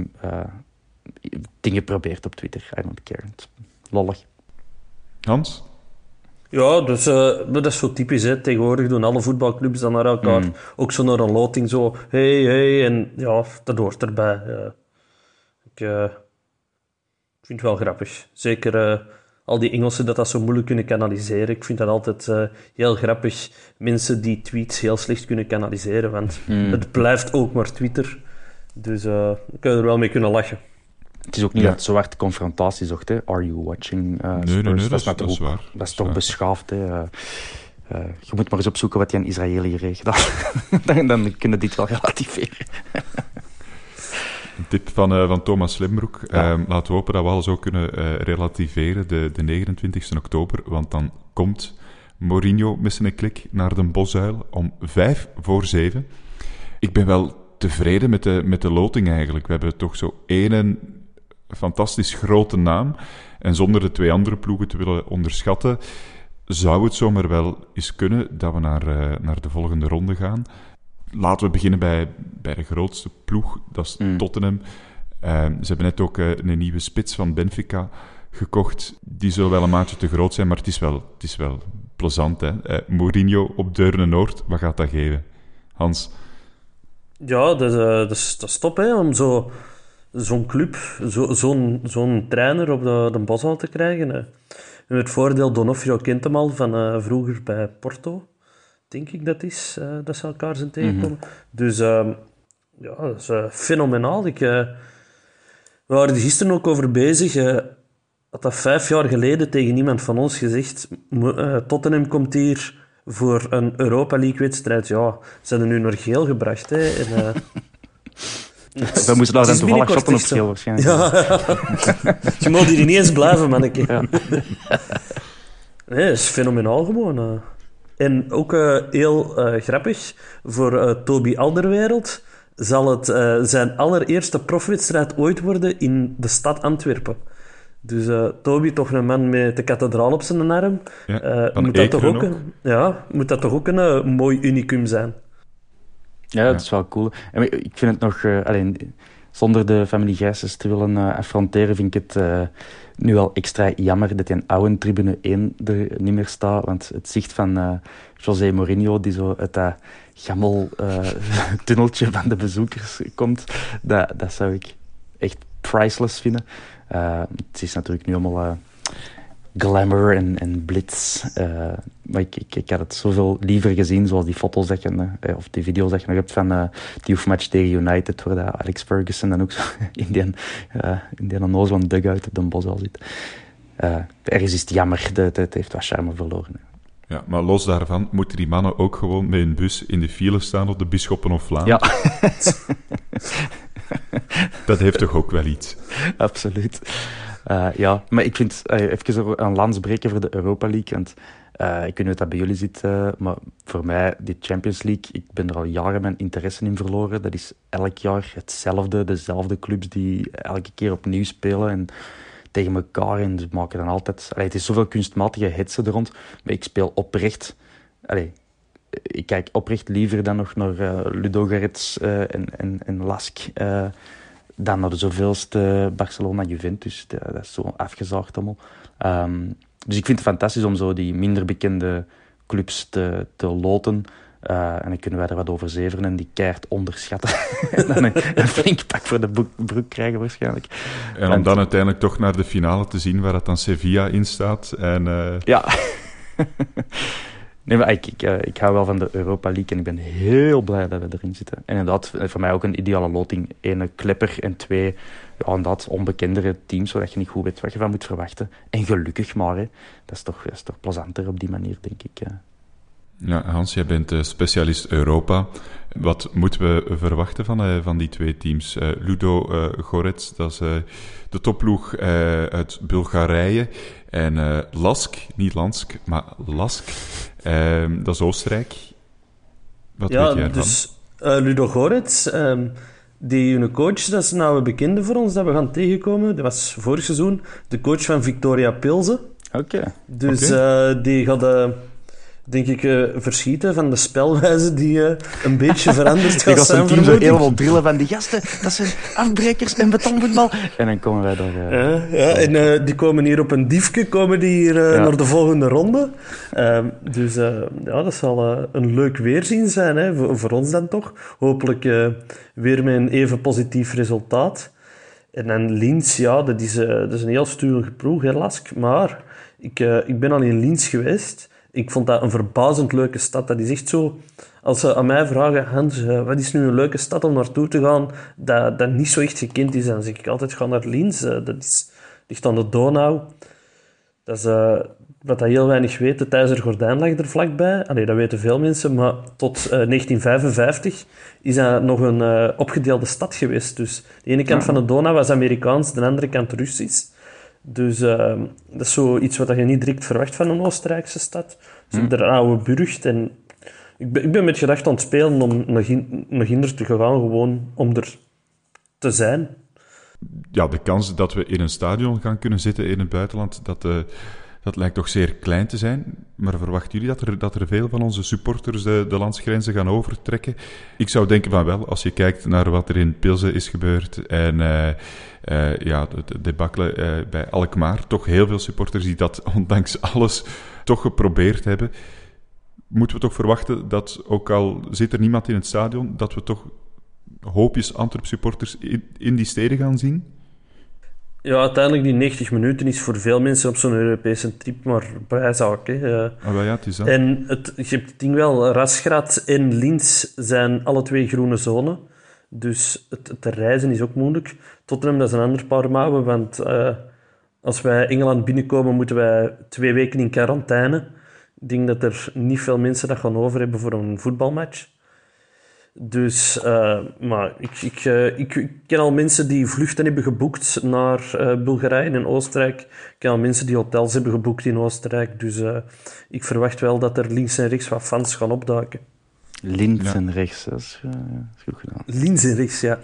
dingen probeert op Twitter. I don't care. Lollig. Hans? Ja, dus, dat is zo typisch. Hè. Tegenwoordig doen alle voetbalclubs dan naar elkaar. Ook zo naar een loting zo. Hey. En ja, dat hoort erbij. Ik vind het wel grappig. Zeker al die Engelsen dat zo moeilijk kunnen kanaliseren. Ik vind dat altijd heel grappig. Mensen die tweets heel slecht kunnen kanaliseren. Want het blijft ook maar Twitter. Dus daar kun je er wel mee kunnen lachen. Het is ook niet dat het zo hard confrontatie zocht, hè. Are you watching Nee, dat is waar. Dat is toch beschaafd, hè. Je moet maar eens opzoeken wat die aan Israëliër heeft gedaan. dan kunnen dit wel relativeren. Een tip van Thomas Slimbroek. Ja. Laten we hopen dat we alles ook kunnen relativeren de 29e oktober. Want dan komt Mourinho met zijn klik naar de Bosuil om 6:55. Ik ben wel tevreden met de loting eigenlijk. We hebben toch zo één fantastisch grote naam. En zonder de 2 andere ploegen te willen onderschatten, zou het zomaar wel eens kunnen dat we naar de volgende ronde gaan. Laten we beginnen bij de grootste ploeg, dat is Tottenham. Ze hebben net ook een nieuwe spits van Benfica gekocht. Die zal wel een maatje te groot zijn, maar het is wel plezant. Hè? Mourinho op Deurne-Noord, wat gaat dat geven? Hans? Ja, dat is top, hè, om zo'n club, zo'n trainer op de Bosuil te krijgen. Hè. En het voordeel, Donofrio kent hem al van vroeger bij Porto. Denk ik dat is, dat ze elkaar zijn tegenkomen. Dus ja, dat is fenomenaal. We waren er gisteren ook over bezig. had dat 5 jaar geleden tegen iemand van ons gezegd, Tottenham komt hier voor een Europa League-wedstrijd. Ja, ze hebben nu naar geel gebracht. Hè. En, we moesten daar dan toevallig shotten op geel waarschijnlijk. Ja. Je moet hier niet eens blijven, manneke. Ja. Nee, dat is fenomenaal gewoon. En ook heel grappig, voor Toby Alderweireld zal het zijn allereerste profwedstrijd ooit worden in de stad Antwerpen. Dus Toby, toch een man met de kathedraal op zijn arm. Ja, moet dat toch ook een mooi unicum zijn? Ja, dat is wel cool. En ik vind het nog... zonder de familie Gijsens te willen affronteren, vind ik het nu wel extra jammer dat in oude tribune 1 er niet meer staat. Want het zicht van José Mourinho, die zo uit dat gammel tunneltje van de bezoekers komt, dat zou ik echt priceless vinden. Het is natuurlijk nu allemaal glamour en blitz. Maar ik had het zoveel liever gezien, zoals die foto's dat je, of die video's dat je nog hebt van die oefenmatch tegen United, waar dat Alex Ferguson dan ook zo in die onnozele dugout op de Bosal zit. Ergens is het jammer, het heeft wat charme verloren. Ja, maar los daarvan moeten die mannen ook gewoon met een bus in de file staan op de Bisschoppenhoflaan. Ja. Dat heeft toch ook wel iets? Absoluut. Ja, maar ik vind, even een lans breken voor de Europa League, want ik weet niet of dat bij jullie zit, maar voor mij, die Champions League, ik ben er al jaren mijn interesse in verloren. Dat is elk jaar hetzelfde, dezelfde clubs die elke keer opnieuw spelen en tegen elkaar en ze maken dan altijd... het is zoveel kunstmatige hetsen er rond, maar ik speel oprecht... ik kijk oprecht liever dan nog naar Ludogorets en Lask... dan naar de zoveelste Barcelona-Juventus. Dat is zo afgezaagd allemaal. Dus ik vind het fantastisch om zo die minder bekende clubs te loten. En dan kunnen wij er wat over zeveren en die keihard onderschatten. En dan een flink pak voor de broek krijgen waarschijnlijk. En om dan uiteindelijk toch naar de finale te zien waar dat dan Sevilla in staat. Ja. Nee, maar ik hou wel van de Europa League en ik ben heel blij dat we erin zitten. En inderdaad, voor mij ook een ideale loting. 1 klepper en 2 inderdaad onbekendere teams, zodat je niet goed weet wat je van moet verwachten. En gelukkig maar, hè. Dat is toch plezanter op die manier, denk ik. Ja, Hans, jij bent specialist Europa. Wat moeten we verwachten van die 2 teams? Ludo Gorets, dat is de topploeg uit Bulgarije. En Lask, niet Lansk, maar Lask, dat is Oostenrijk. Wat weet jij ervan? Dus Ludo Gorets, die coach, dat is nou een bekende voor ons dat we gaan tegenkomen. Dat was vorig seizoen de coach van Victoria Pilsen. Oké. Dus die gaat... denk ik, verschieten van de spelwijze die een beetje veranderd gaat zijn. Ik was een team zo helemaal drillen van die gasten, dat zijn afbrekers en betonvoetbal. En dan komen wij daar... en die komen hier op een diefje, naar de volgende ronde. Dus dat zal een leuk weerzien zijn, hè, voor ons dan toch. Hopelijk weer met een even positief resultaat. En dan Linz, dat is een heel stuurlijke ploeg, hè, Lask. Maar ik ben al in Linz geweest... Ik vond dat een verbazend leuke stad. Dat is echt zo... Als ze aan mij vragen, Hans, wat is nu een leuke stad om naartoe te gaan, dat niet zo echt gekend is, dan zeg ik altijd, ga naar Linz. Dat ligt aan de Donau. Dat is wat dat heel weinig weten. Het IJzeren Gordijn lag er vlakbij. Dat weten veel mensen, maar tot 1955 is dat nog een opgedeelde stad geweest. Dus de ene kant van de Donau was Amerikaans, de andere kant Russisch. Dus dat is zoiets wat je niet direct verwacht van een Oostenrijkse stad. Ze hebben er een oude burcht. En ik ben met gedacht aan het spelen om nog in te gaan, gewoon om er te zijn. Ja, de kans dat we in een stadion gaan kunnen zitten in het buitenland, dat lijkt toch zeer klein te zijn. Maar verwachten jullie dat er veel van onze supporters de landsgrenzen gaan overtrekken? Ik zou denken van wel, als je kijkt naar wat er in Pilsen is gebeurd en de debakkelen bij Alkmaar. Toch heel veel supporters die dat ondanks alles toch geprobeerd hebben. Moeten we toch verwachten dat, ook al zit er niemand in het stadion, dat we toch hoopjes Antwerp supporters in die steden gaan zien? Ja, uiteindelijk die 90 minuten is voor veel mensen op zo'n Europese trip maar bijzaak. Het is dat. En je hebt het ding wel, Razgrad en Linz zijn alle 2 groene zones. Dus het reizen is ook moeilijk. Tottenham, dat is een ander paar mouwen, want Als wij Engeland binnenkomen, moeten wij 2 weken in quarantaine. Ik denk dat er niet veel mensen dat gaan over hebben voor een voetbalmatch. Dus, maar ik ken al mensen die vluchten hebben geboekt naar Bulgarije en Oostenrijk. Ik ken al mensen die hotels hebben geboekt in Oostenrijk. Dus ik verwacht wel dat er links en rechts wat fans gaan opduiken. Links en rechts, dat is goed gedaan. Links en rechts, ja.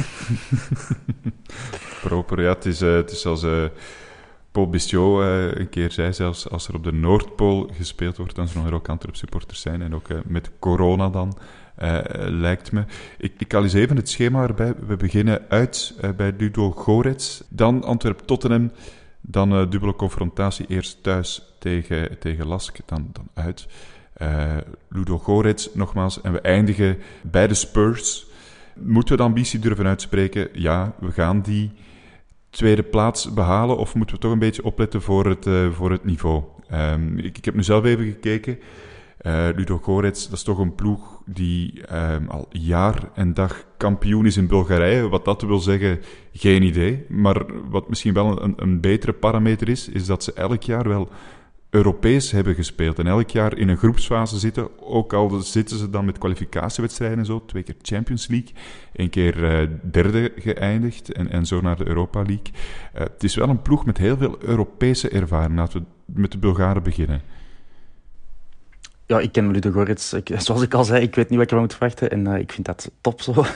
Proper, ja. Het is zoals Paul Bissiot een keer zei, zelfs als er op de Noordpool gespeeld wordt, dan zullen er ook Antwerp supporters zijn. En ook met corona dan, lijkt me. Ik haal eens even het schema erbij. We beginnen uit bij Ludo Gorets, dan Antwerp-Tottenham, dan dubbele confrontatie, eerst thuis tegen Lask, dan uit. Ludo Gorets, nogmaals. En we eindigen bij de Spurs. Moeten we de ambitie durven uitspreken? Ja, we gaan die tweede plaats behalen, of moeten we toch een beetje opletten voor het niveau? Ik heb nu zelf even gekeken. Ludo Gorets, dat is toch een ploeg die al jaar en dag kampioen is in Bulgarije. Wat dat wil zeggen, geen idee. Maar wat misschien wel een betere parameter is dat ze elk jaar wel Europees hebben gespeeld en elk jaar in een groepsfase zitten, ook al zitten ze dan met kwalificatiewedstrijden en zo, 2 keer Champions League, 1 keer derde geëindigd en zo naar de Europa League. Het is wel een ploeg met heel veel Europese ervaring. Laten we met de Bulgaren beginnen. Ja, ik ken Ludo Gorets. Zoals ik al zei, ik weet niet wat ik ervan moet verwachten en ik vind dat top zo.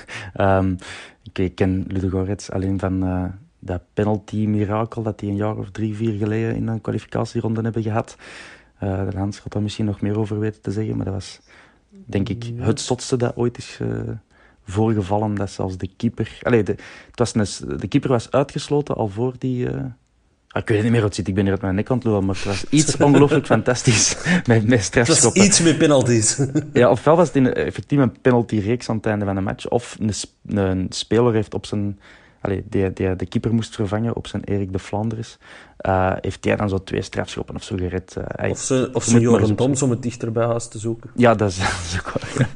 Ik ken Ludo Gorets alleen van dat penalty-mirakel dat die een jaar of 3-4 geleden in een kwalificatieronde hebben gehad. De Hans gaat daar misschien nog meer over weten te zeggen, maar dat was, denk ik, het zotste dat ooit is voorgevallen. Dat zelfs de keeper... de keeper was uitgesloten al voor die... ik weet niet meer hoe het zit, ik ben hier uit mijn nek aan het lullen, maar het was iets ongelooflijk fantastisch met strafschoppen. Het was iets met penalties. Ja, ofwel was het effectief een penalty-reeks aan het einde van de match, of een speler heeft op zijn... die de keeper moest vervangen op zijn Erik de Vlaandres, heeft hij dan zo 2 strafschoppen of zo gered. Of zijn Joran Toms om het dichter bij huis te zoeken. Ja, dat is ook waar.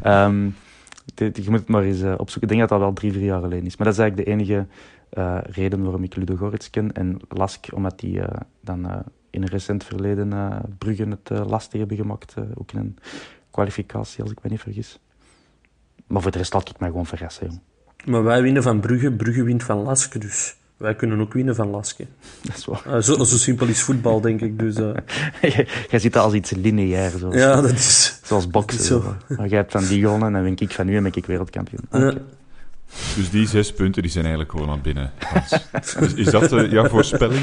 Je moet het maar eens opzoeken. Ik denk dat dat wel 3-4 jaar geleden is. Maar dat is eigenlijk de enige reden waarom ik Ludo Gorets ken. En Lask, omdat die dan in een recent verleden Brugge het lastig hebben gemaakt. Ook in een kwalificatie, als ik me niet vergis. Maar voor de rest laat ik mij gewoon verrassen, jong. Maar wij winnen van Brugge, Brugge wint van Lask, dus wij kunnen ook winnen van Lask. Dat is waar. Zo simpel is voetbal, denk ik. Dus, Jij ziet dat als iets lineair. Ja, dat is... Zoals boksen. Zo. Maar jij hebt van die gewonnen en dan win ik van nu en ben ik wereldkampioen. Okay. Dus die 6 punten die zijn eigenlijk gewoon aan binnen. Is dat jouw voorspelling?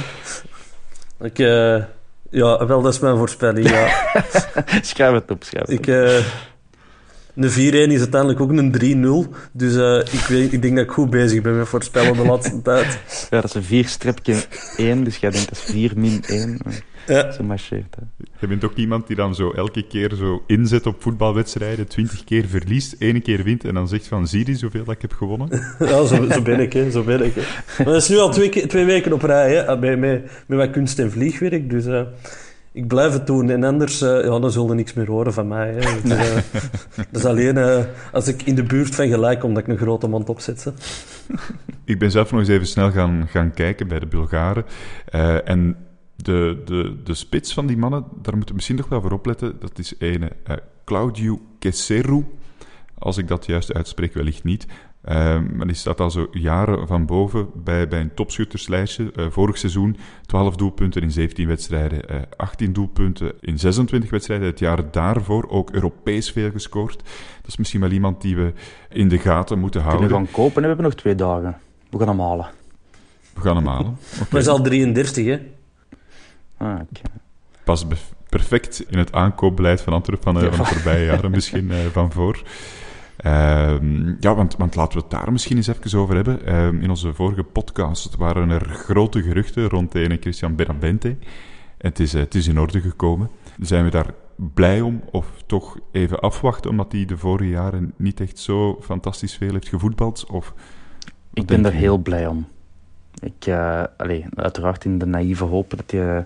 Ja, wel, dat is mijn voorspelling, ja. Schrijf het op. Een 4-1 is uiteindelijk ook een 3-0. Dus ik denk dat ik goed bezig ben met voorspellen de laatste tijd. Ja, dat is een 4-1, dus jij denkt dat is 4-1. Ja. Zo marcheert, hè. Je bent ook iemand die dan zo elke keer zo inzet op voetbalwedstrijden, 20 keer verliest, 1 keer wint en dan zegt van, zie je zoveel dat ik heb gewonnen? Ja, zo ben ik, hè. Zo ben ik, hè. Maar dat is nu al 2 weken op rij, hè, met wat kunst en vliegwerk, dus... Ik blijf het doen en anders dan zullen er niks meer horen van mij. Hè. Dat is alleen als ik in de buurt van gelijk kom dat ik een grote mond opzet. Hè. Ik ben zelf nog eens even snel gaan kijken bij de Bulgaren. En de spits van die mannen, daar moeten we misschien nog wel voor opletten. Dat is ene Claudiu Keseru. Als ik dat juist uitspreek, wellicht niet. Maar die staat al zo jaren van boven bij een topschutterslijstje. Vorig seizoen 12 doelpunten in 17 wedstrijden, 18 doelpunten in 26 wedstrijden. Het jaar daarvoor ook Europees veel gescoord. Dat is misschien wel iemand die we in de gaten moeten houden. Kunnen we gaan kopen en we hebben nog 2 dagen. We gaan hem halen. Okay. Maar hij is al 33, hè? Okay. Past perfect in het aankoopbeleid van Antwerp van de voorbije jaren, misschien van voor. Want laten we het daar misschien eens even over hebben. In onze vorige podcast waren er grote geruchten rond de ene Christian Benavente. Het is in orde gekomen. Zijn we daar blij om of toch even afwachten, omdat hij de vorige jaren niet echt zo fantastisch veel heeft gevoetbald? Ik ben er heel blij om. Uiteraard in de naïeve hoop dat hij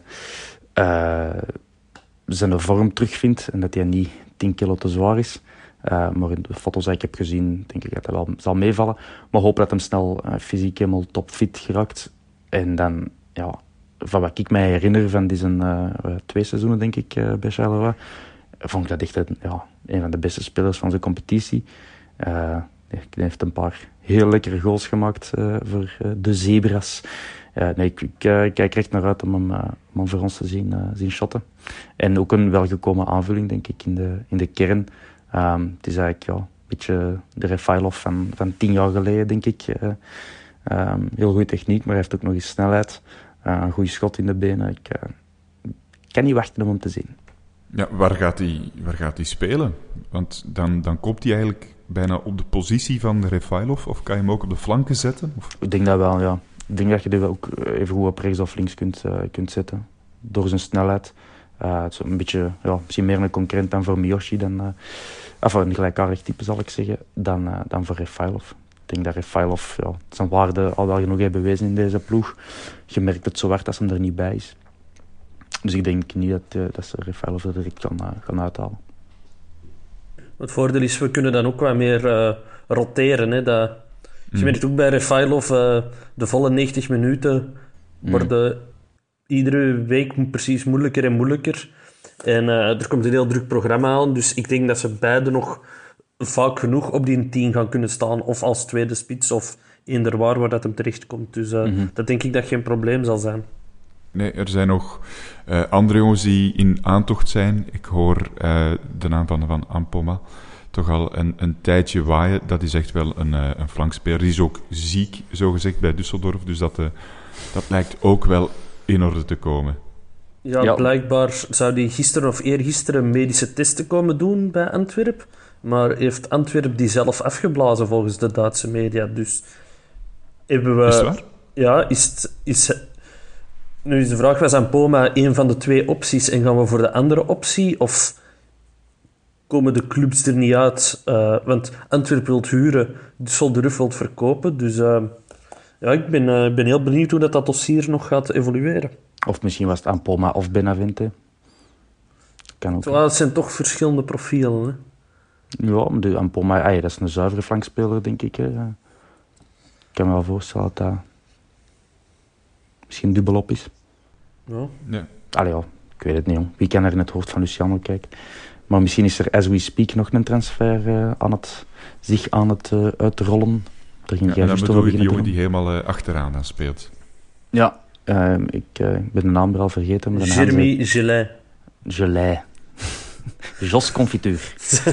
zijn vorm terugvindt en dat hij niet 10 kilo te zwaar is. Maar in de foto's die ik heb gezien, denk ik dat hij wel zal meevallen. Maar hoop dat hem snel fysiek helemaal topfit geraakt. En dan van wat ik mij herinner van die 2 seizoenen, denk ik, bij Charleroi, vond ik dat echt een van de beste spelers van zijn competitie. Hij heeft een paar heel lekkere goals gemaakt voor de Zebras. Ik kijk echt naar uit om hem voor ons te zien shotten. En ook een welgekomen aanvulling, denk ik, in de kern. Het is eigenlijk een beetje de Refailov van 10 jaar geleden, denk ik. Heel goede techniek, maar hij heeft ook nog eens snelheid. Een goede schot in de benen. Ik kan niet wachten om hem te zien. Ja, waar gaat hij spelen? Want dan komt hij eigenlijk bijna op de positie van Refailov, of kan je hem ook op de flanken zetten? Of? Ik denk dat wel, ja. Ik denk dat je die ook even goed op rechts of links kunt zetten. Door zijn snelheid. Het is een beetje, misschien meer een concurrent dan voor Miyoshi. Een gelijkaardig type, zal ik zeggen, dan voor Refailov. Ik denk dat Refailov zijn waarde al wel genoeg heeft bewezen in deze ploeg. Je merkt het zo hard als hij er niet bij is. Dus ik denk niet dat ze Refailov er direct kan uithalen. Het voordeel is, we kunnen dan ook wat meer roteren. Hè? Je merkt ook bij Refailov, de volle 90 minuten worden iedere week precies moeilijker en moeilijker. En er komt een heel druk programma aan. Dus ik denk dat ze beide nog vaak genoeg op die 10 gaan kunnen staan. Of als tweede spits, of eender waar dat hem terechtkomt. Dus dat denk ik dat geen probleem zal zijn. Nee, er zijn nog andere jongens die in aantocht zijn. Ik hoor de naam van Ampoma toch al een tijdje waaien. Dat is echt wel een flankspeler. Die is ook ziek, zogezegd, bij Düsseldorf. Dus dat lijkt ook wel in orde te komen. Ja, blijkbaar zou die gisteren of eergisteren medische testen komen doen bij Antwerp. Maar heeft Antwerp die zelf afgeblazen volgens de Duitse media. Dus hebben we... Is het waar? Ja, nu is de vraag, was Ampoma een van de 2 opties en gaan we voor de andere optie? Of komen de clubs er niet uit? Want Antwerp wil huren, Düsseldorf wil verkopen. Dus ik ben heel benieuwd hoe dat dossier nog gaat evolueren. Of misschien was het Ampoma of Benavente. Kan ook. Het zijn toch verschillende profielen, hè? Ja, de Ampoma, dat is een zuivere flankspeler, denk ik. Hè. Ik kan me wel voorstellen dat dat misschien dubbelop is. Ja. Ik weet het niet, jong. Wie kan er in het hoofd van Luciano kijken? Maar misschien is er, as we speak, nog een transfer aan het uitrollen. Er ging en dan bedoel je die jongen die helemaal achteraan dan speelt. Ja, ik ben de naam er al vergeten. Maar Jeremy Gelais. Jos Confituur.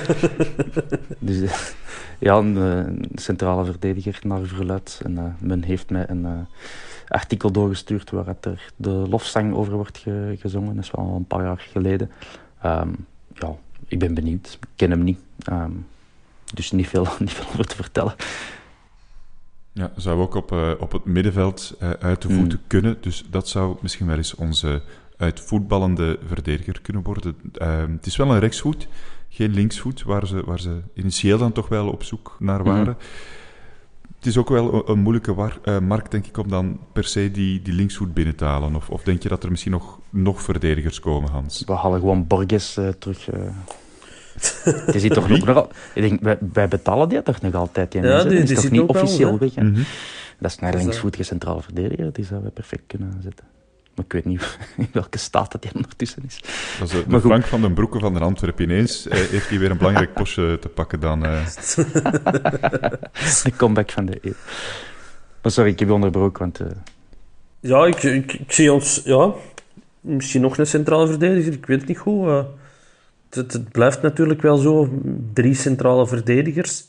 Dus een centrale verdediger naar verluidt. En men heeft mij een artikel doorgestuurd waar er de lofzang over wordt gezongen. Dat is wel al een paar jaar geleden. Ik ben benieuwd. Ik ken hem niet. Dus niet veel over te vertellen. Ja, zou ook op het middenveld uit de voeten kunnen. Dus dat zou misschien wel eens onze uitvoetballende verdediger kunnen worden. Het is wel een rechtsvoet, geen linksvoet, waar ze initieel dan toch wel op zoek naar waren. Het is ook wel een moeilijke markt, denk ik, om dan per se die linksvoet binnen te halen. Of denk je dat er misschien nog verdedigers komen, Hans? We halen gewoon Borges terug. Het is toch nog ik denk, wij betalen die toch nog altijd. Die is toch niet officieel weg? Dat is een linksvoetige centrale verdediger, die zouden we perfect kunnen zetten. Maar ik weet niet in welke staat dat hij ondertussen is. Dat is de Frank van den Broeke van de Antwerp ineens. Heeft hij weer een belangrijk postje te pakken dan. De comeback van de eeuw. Maar sorry, ik heb je onderbroken, want... Ja, ik zie ons... Ja, misschien nog een centrale verdediger, ik weet het niet goed. Het blijft natuurlijk wel zo. 3 centrale verdedigers.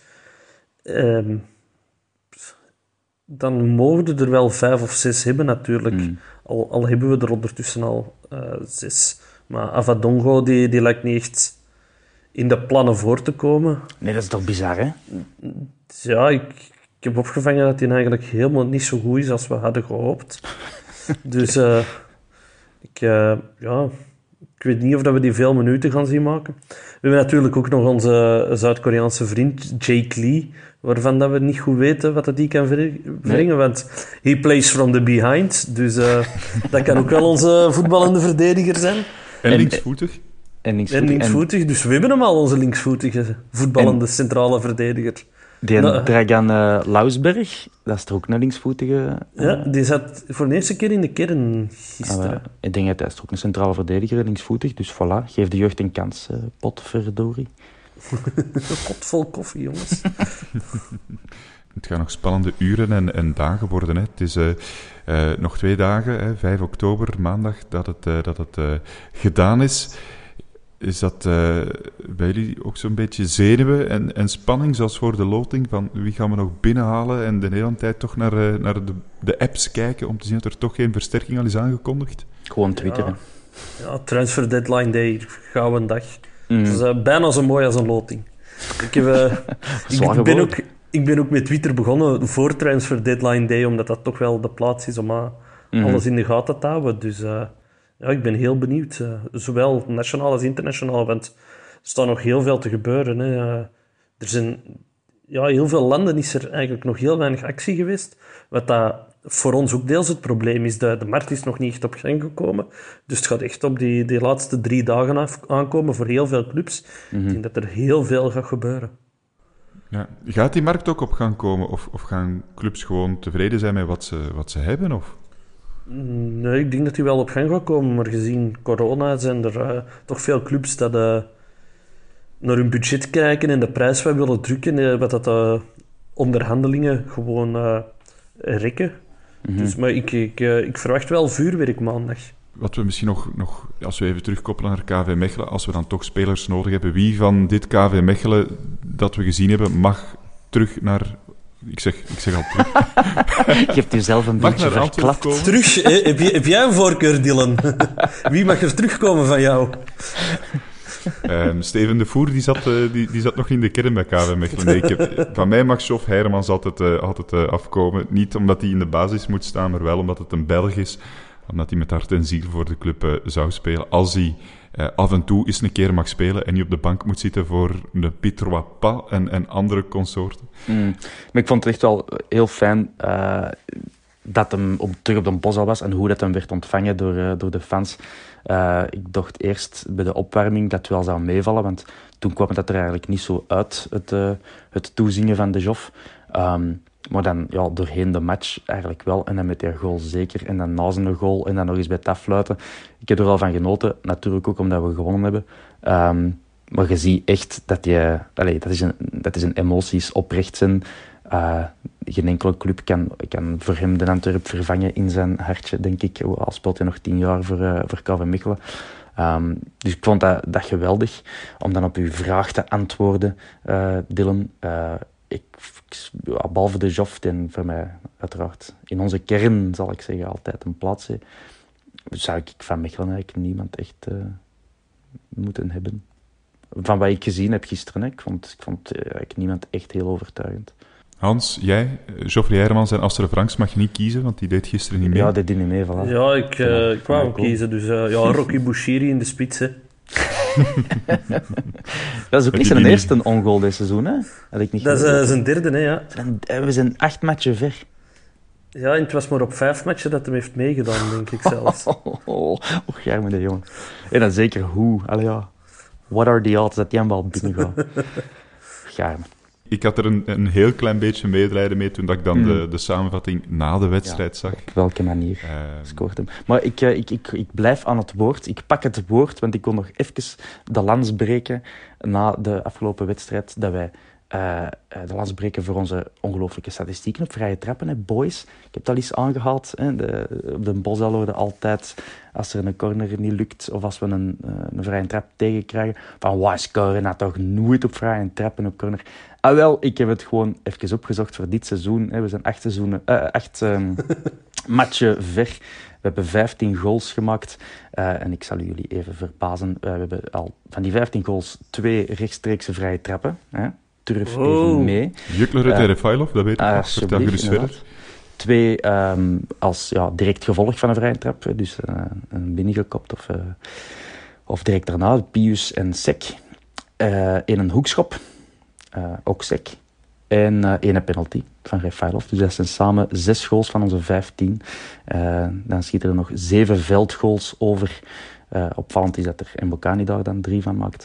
Dan mogen we er wel 5 of 6 hebben natuurlijk. Al hebben we er ondertussen al 6. Maar Avadongo, die lijkt niet echt in de plannen voor te komen. Nee, dat is toch bizar, hè? Ja, ik heb opgevangen dat hij eigenlijk helemaal niet zo goed is als we hadden gehoopt. Dus ik weet niet of we die veel minuten gaan zien maken. We hebben natuurlijk ook nog onze Zuid-Koreaanse vriend, Jake Lee, waarvan dat we niet goed weten wat die kan brengen, want he plays from the behind. Dus dat kan ook wel onze voetballende verdediger zijn. En linksvoetig. En linksvoetig. Dus we hebben hem al, onze linksvoetige voetballende centrale verdediger. Die Dragan Lausberg, dat is er ook een linksvoetige... Ja, die zat voor de eerste keer in de kern gisteren. Ik denk dat hij is ook een centrale verdediger, linksvoetig. Dus voilà, geef de jeugd een kans, potverdorie. Pot vol koffie, jongens. Het gaan nog spannende uren en dagen worden. Hè. Het is nog 2 dagen, hè, 5 oktober, maandag, dat het gedaan is. Is dat bij jullie ook zo'n beetje zenuwen en spanning, zoals voor de loting, van wie gaan we nog binnenhalen en de hele tijd toch naar de apps kijken om te zien dat er toch geen versterking al is aangekondigd? Gewoon twitteren. Ja, transfer deadline day, gouden dag. Het is bijna zo mooi als een loting. Ik ben ook met Twitter begonnen voor transfer deadline day, omdat dat toch wel de plaats is om alles in de gaten te houden. Dus ik ben heel benieuwd. Zowel nationaal als internationaal, want er staat nog heel veel te gebeuren. Hè. Er zijn heel veel landen is er eigenlijk nog heel weinig actie geweest. Wat dat voor ons ook deels het probleem is. De markt is nog niet echt op gang gekomen. Dus het gaat echt op die laatste 3 dagen aankomen voor heel veel clubs. Ik denk dat er heel veel gaat gebeuren. Ja. Gaat die markt ook op gang komen? Of gaan clubs gewoon tevreden zijn met wat ze hebben? Of? Nee, ik denk dat die wel op gang gaat komen. Maar gezien corona zijn er toch veel clubs dat naar hun budget kijken en de prijs wat willen drukken. Wat dat onderhandelingen gewoon rekken. Dus, maar ik verwacht wel vuurwerk maandag. Wat we misschien nog, als we even terugkoppelen naar KV Mechelen, als we dan toch spelers nodig hebben, wie van dit KV Mechelen dat we gezien hebben, mag terug naar... Ik zeg al terug. Je hebt jezelf een beetje verklapt. Terug? Heb jij een voorkeur, Dylan? Wie mag er terugkomen van jou? Steven de Voer, die zat nog in de kern bij KV Mechelen. Nee, van mij mag Schof Heijremans altijd afkomen. Niet omdat hij in de basis moet staan, maar wel omdat het een Belg is. Omdat hij met hart en ziel voor de club zou spelen. Als hij af en toe eens een keer mag spelen en niet op de bank moet zitten voor de Pitrois Pas en andere consorten. Maar ik vond het echt wel heel fijn dat hem terug op de Bosal was en hoe dat hem werd ontvangen door de fans. Ik dacht eerst bij de opwarming dat het wel zou meevallen, want toen kwam dat er eigenlijk niet zo uit, het toezingen van de Joff. Maar dan doorheen de match eigenlijk wel. En dan met die goal zeker. En dan na zijn goal. En dan nog eens bij het affluiten. Ik heb er wel van genoten. Natuurlijk ook omdat we gewonnen hebben. Maar je ziet echt dat is een emoties oprecht zijn. Geen enkele club kan voor hem de Antwerp vervangen in zijn hartje, denk ik. Al speelt hij nog 10 jaar voor KV Mechelen. Dus ik vond dat geweldig. Om dan op uw vraag te antwoorden, Dylan... behalve de Joff, en voor mij uiteraard in onze kern, zal ik zeggen, altijd een plaats heeft, zou ik van Mechelen eigenlijk niemand echt moeten hebben. Van wat ik gezien heb gisteren, ik vond eigenlijk niemand echt heel overtuigend. Hans, jij, Geoffrey Heijremans en Astre Franks mag je niet kiezen, want die deed gisteren niet mee. Ja, die deed niet mee, voilà. Ja, ik wou hem kiezen, dus Rocky Bouchiri in de spits, hè. Dat is ook niet zijn eerste ongoal dit seizoen, hè? Had ik niet dat is zijn derde, hè, ja. We zijn 8 matchen ver. Ja, en het was maar op 5 matchen dat hij heeft meegedaan, denk ik zelfs. Och, jij moet de jongen. En dan zeker hoe. Allee, ja. What are the odds dat die een bal binnen gaat? Gaarme. Ik had er een heel klein beetje medelijden mee toen dat ik dan de samenvatting na de wedstrijd zag. Op welke manier scoort hem. Maar ik blijf aan het woord. Ik pak het woord, want ik kon nog even de lans breken na de afgelopen wedstrijd. Dat wij de lans breken voor onze ongelooflijke statistieken op vrije trappen, hè, boys. Ik heb het al eens aangehaald. Hè. Op de Bosal worden altijd, als er een corner niet lukt of als we een vrije trap tegenkrijgen, van waar scoren nou toch nooit op vrije trappen op corner. Wel, ik heb het gewoon even opgezocht voor dit seizoen. Hè. We zijn 8 matchen ver. We hebben 15 goals gemaakt. En ik zal jullie even verbazen. We hebben al van die 15 goals 2 rechtstreekse vrije trappen. Hè. Turf even mee. Jukler en Refailov, dat weet ik. Vertel je dus verder. 2 als direct gevolg van een vrije trap. Dus een binnengekopt of direct daarna. Pius en Sek. In een hoekschop. Ook Sek. En 1 penalty van Refailov. Dus dat zijn samen 6 goals van onze 15. Dan schieten er nog 7 veldgoals over. Opvallend is dat er Mbokani daar dan 3 van maakt.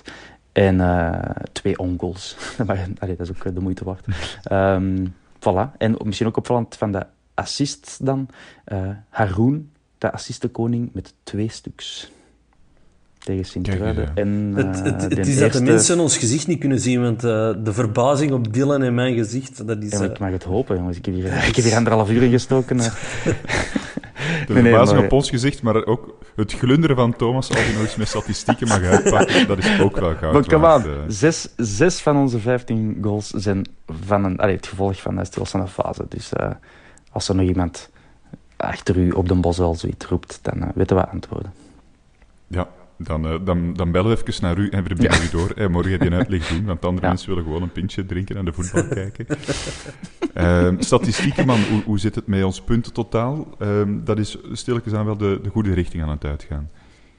En 2 ongoals. Dat is ook de moeite waard. Voilà. En misschien ook opvallend van de assists dan. Haroun, de assistenkoning, met 2 stuks. Tegen Sint-Truiden. Het is dat de mensen ons gezicht niet kunnen zien, want de verbazing op Dylan en mijn gezicht, dat is... ik mag het hopen, jongens. Ik heb hier 1,5 uur in gestoken. De verbazing op ons gezicht, maar ook het glunderen van Thomas, als hij nog eens met statistieken mag uitpakken, dat is ook wel goud waard. 6 van onze 15 goals zijn van het gevolg van een stilstaande fase. Dus als er nog iemand achter u op de Boswel zoiets roept, dan weten we antwoorden. Ja. Dan bellen we even naar u en verbinden u door. Morgen heb je een uitleg doen, want andere mensen willen gewoon een pintje drinken en de voetbal kijken. Statistieken, man, hoe zit het met ons puntentotaal? Dat is stilletjes aan wel de goede richting aan het uitgaan.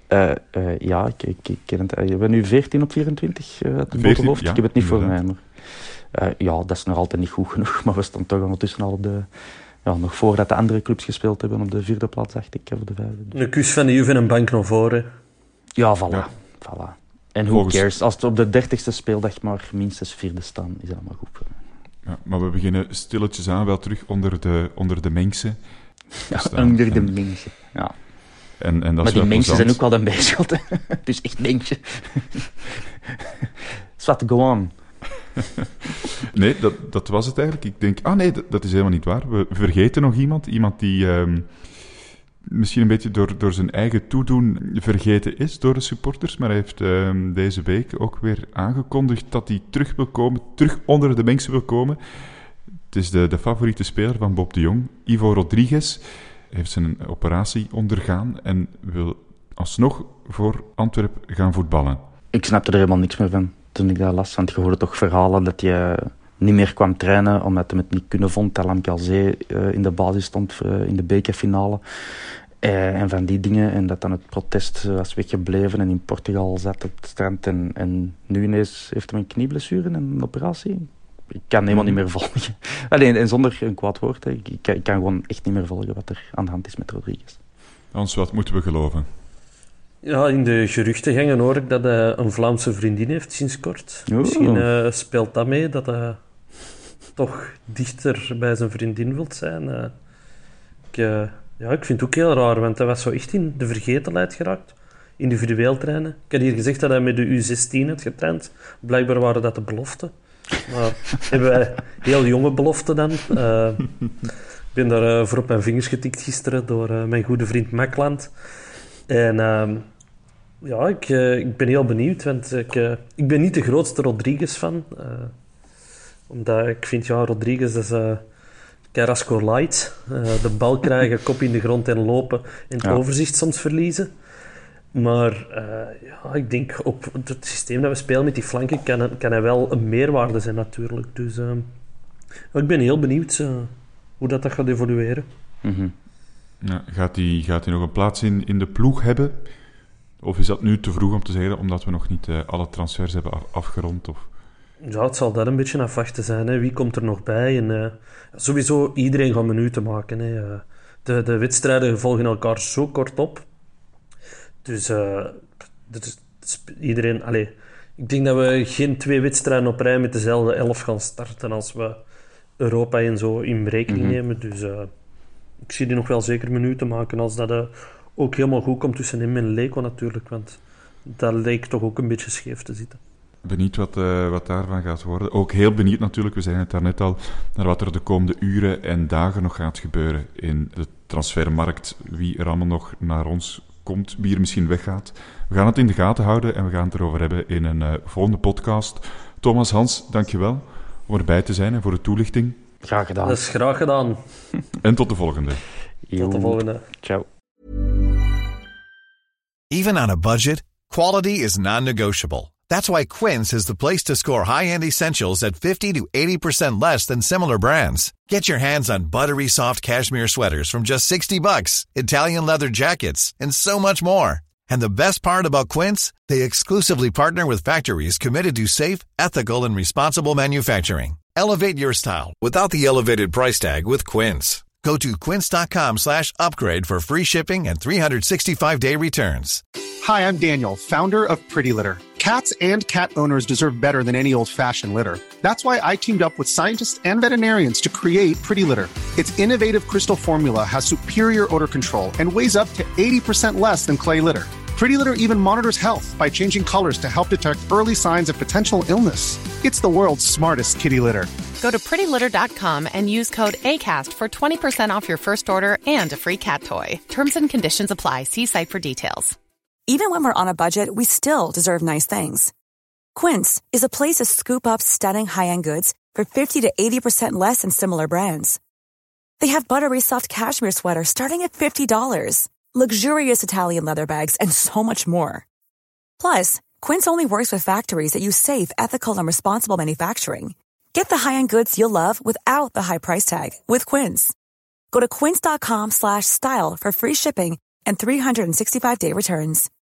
Ik ken het. We hebben nu 14 op 24 uit het bovenhoofd. Ik heb het niet inderdaad voor mij, maar... dat is nog altijd niet goed genoeg, maar we staan toch ondertussen al op de... nog voordat de andere clubs gespeeld hebben, op de 4e plaats, dacht ik, of de 5e. Een kus van de Juve en een bank naar voren. Ja, voilà. En who cares? Als het op de 30ste speeldag maar minstens 4e staan, is dat allemaal goed. Ja, maar we beginnen stilletjes aan wel terug onder de Mengse. Onder de Mengse, ja. En dat maar is die Mengse zijn ook wel een bijschot, hè. Het is echt Mengse. Zwat, go on. Nee, dat was het eigenlijk. Ik denk, nee, dat is helemaal niet waar. We vergeten nog iemand. Iemand die... misschien een beetje door zijn eigen toedoen vergeten is door de supporters, maar hij heeft deze week ook weer aangekondigd dat hij terug wil komen, terug onder de Mengse wil komen. Het is de favoriete speler van Bob de Jong, Ivo Rodriguez. Hij heeft zijn operatie ondergaan en wil alsnog voor Antwerpen gaan voetballen. Ik snapte er helemaal niks meer van toen ik dat las, want je hoorde toch verhalen dat je niet meer kwam trainen, omdat hij het niet kunnen vond, dat Lamkelzee in de basis stond in de bekerfinale. En van die dingen. En dat dan het protest was weggebleven en in Portugal zat op het strand. En nu ineens heeft hij een knieblessure en een operatie. Ik kan helemaal niet meer volgen. Alleen, en zonder een kwaad woord, ik kan gewoon echt niet meer volgen wat er aan de hand is met Rodriguez. Hans, wat moeten we geloven? Ja, in de geruchtengangen hoor ik dat hij een Vlaamse vriendin heeft sinds kort. Misschien speelt dat mee, dat hij toch dichter bij zijn vriendin wilt zijn. Ik vind het ook heel raar, want hij was zo echt in de vergetelheid geraakt. Individueel trainen. Ik had hier gezegd dat hij met de U16 had getraind. Blijkbaar waren dat de beloften. Maar hebben wij heel jonge beloften dan. Ik ben daar voor op mijn vingers getikt gisteren door mijn goede vriend Makland. En ik ben heel benieuwd, want ik ben niet de grootste Rodriguez-fan. Omdat ik vind, Rodriguez, dat is... Carrasco light. De bal krijgen, kop in de grond en lopen. En het overzicht soms verliezen. Maar ik denk op het systeem dat we spelen met die flanken kan hij wel een meerwaarde zijn natuurlijk. Dus ik ben heel benieuwd hoe dat gaat evolueren. Mm-hmm. Ja, gaat hij nog een plaats in de ploeg hebben? Of is dat nu te vroeg om te zeggen, omdat we nog niet alle transfers hebben afgerond? Of... Ja, het zal daar een beetje afwachten zijn. Hè. Wie komt er nog bij? En sowieso, iedereen gaat minuten maken. Hè. De wedstrijden volgen elkaar zo kort op. Dus iedereen... Allez, ik denk dat we geen 2 wedstrijden op rij met dezelfde 11 gaan starten als we Europa en zo in rekening nemen. Dus ik zie die nog wel zeker minuten maken als dat ook helemaal goed komt tussen hem en Leko natuurlijk. Want dat leek toch ook een beetje scheef te zitten. Benieuwd wat daarvan gaat worden. Ook heel benieuwd natuurlijk, we zeiden het daarnet al, naar wat er de komende uren en dagen nog gaat gebeuren in de transfermarkt. Wie er allemaal nog naar ons komt, wie er misschien weggaat. We gaan het in de gaten houden en we gaan het erover hebben in een volgende podcast. Thomas, Hans, dankjewel om erbij te zijn en voor de toelichting. Graag gedaan. Dat is graag gedaan. En tot de volgende. Tot de volgende. Ciao. Even on a budget, quality is non-negotiable. That's why Quince is the place to score high-end essentials at 50 to 80% less than similar brands. Get your hands on buttery soft cashmere sweaters from just $60, Italian leather jackets, and so much more. And the best part about Quince, they exclusively partner with factories committed to safe, ethical, and responsible manufacturing. Elevate your style without the elevated price tag with Quince. Go to quince.com/upgrade for free shipping and 365-day returns. Hi, I'm Daniel, founder of Pretty Litter. Cats and cat owners deserve better than any old-fashioned litter. That's why I teamed up with scientists and veterinarians to create Pretty Litter. Its innovative crystal formula has superior odor control and weighs up to 80% less than clay litter. Pretty Litter even monitors health by changing colors to help detect early signs of potential illness. It's the world's smartest kitty litter. Go to prettylitter.com and use code ACAST for 20% off your first order and a free cat toy. Terms and conditions apply. See site for details. Even when we're on a budget, we still deserve nice things. Quince is a place to scoop up stunning high-end goods for 50 to 80% less than similar brands. They have buttery soft cashmere sweaters starting at $50, luxurious Italian leather bags, and so much more. Plus, Quince only works with factories that use safe, ethical, and responsible manufacturing. Get the high-end goods you'll love without the high price tag with Quince. Go to quince.com/style for free shipping and 365-day returns.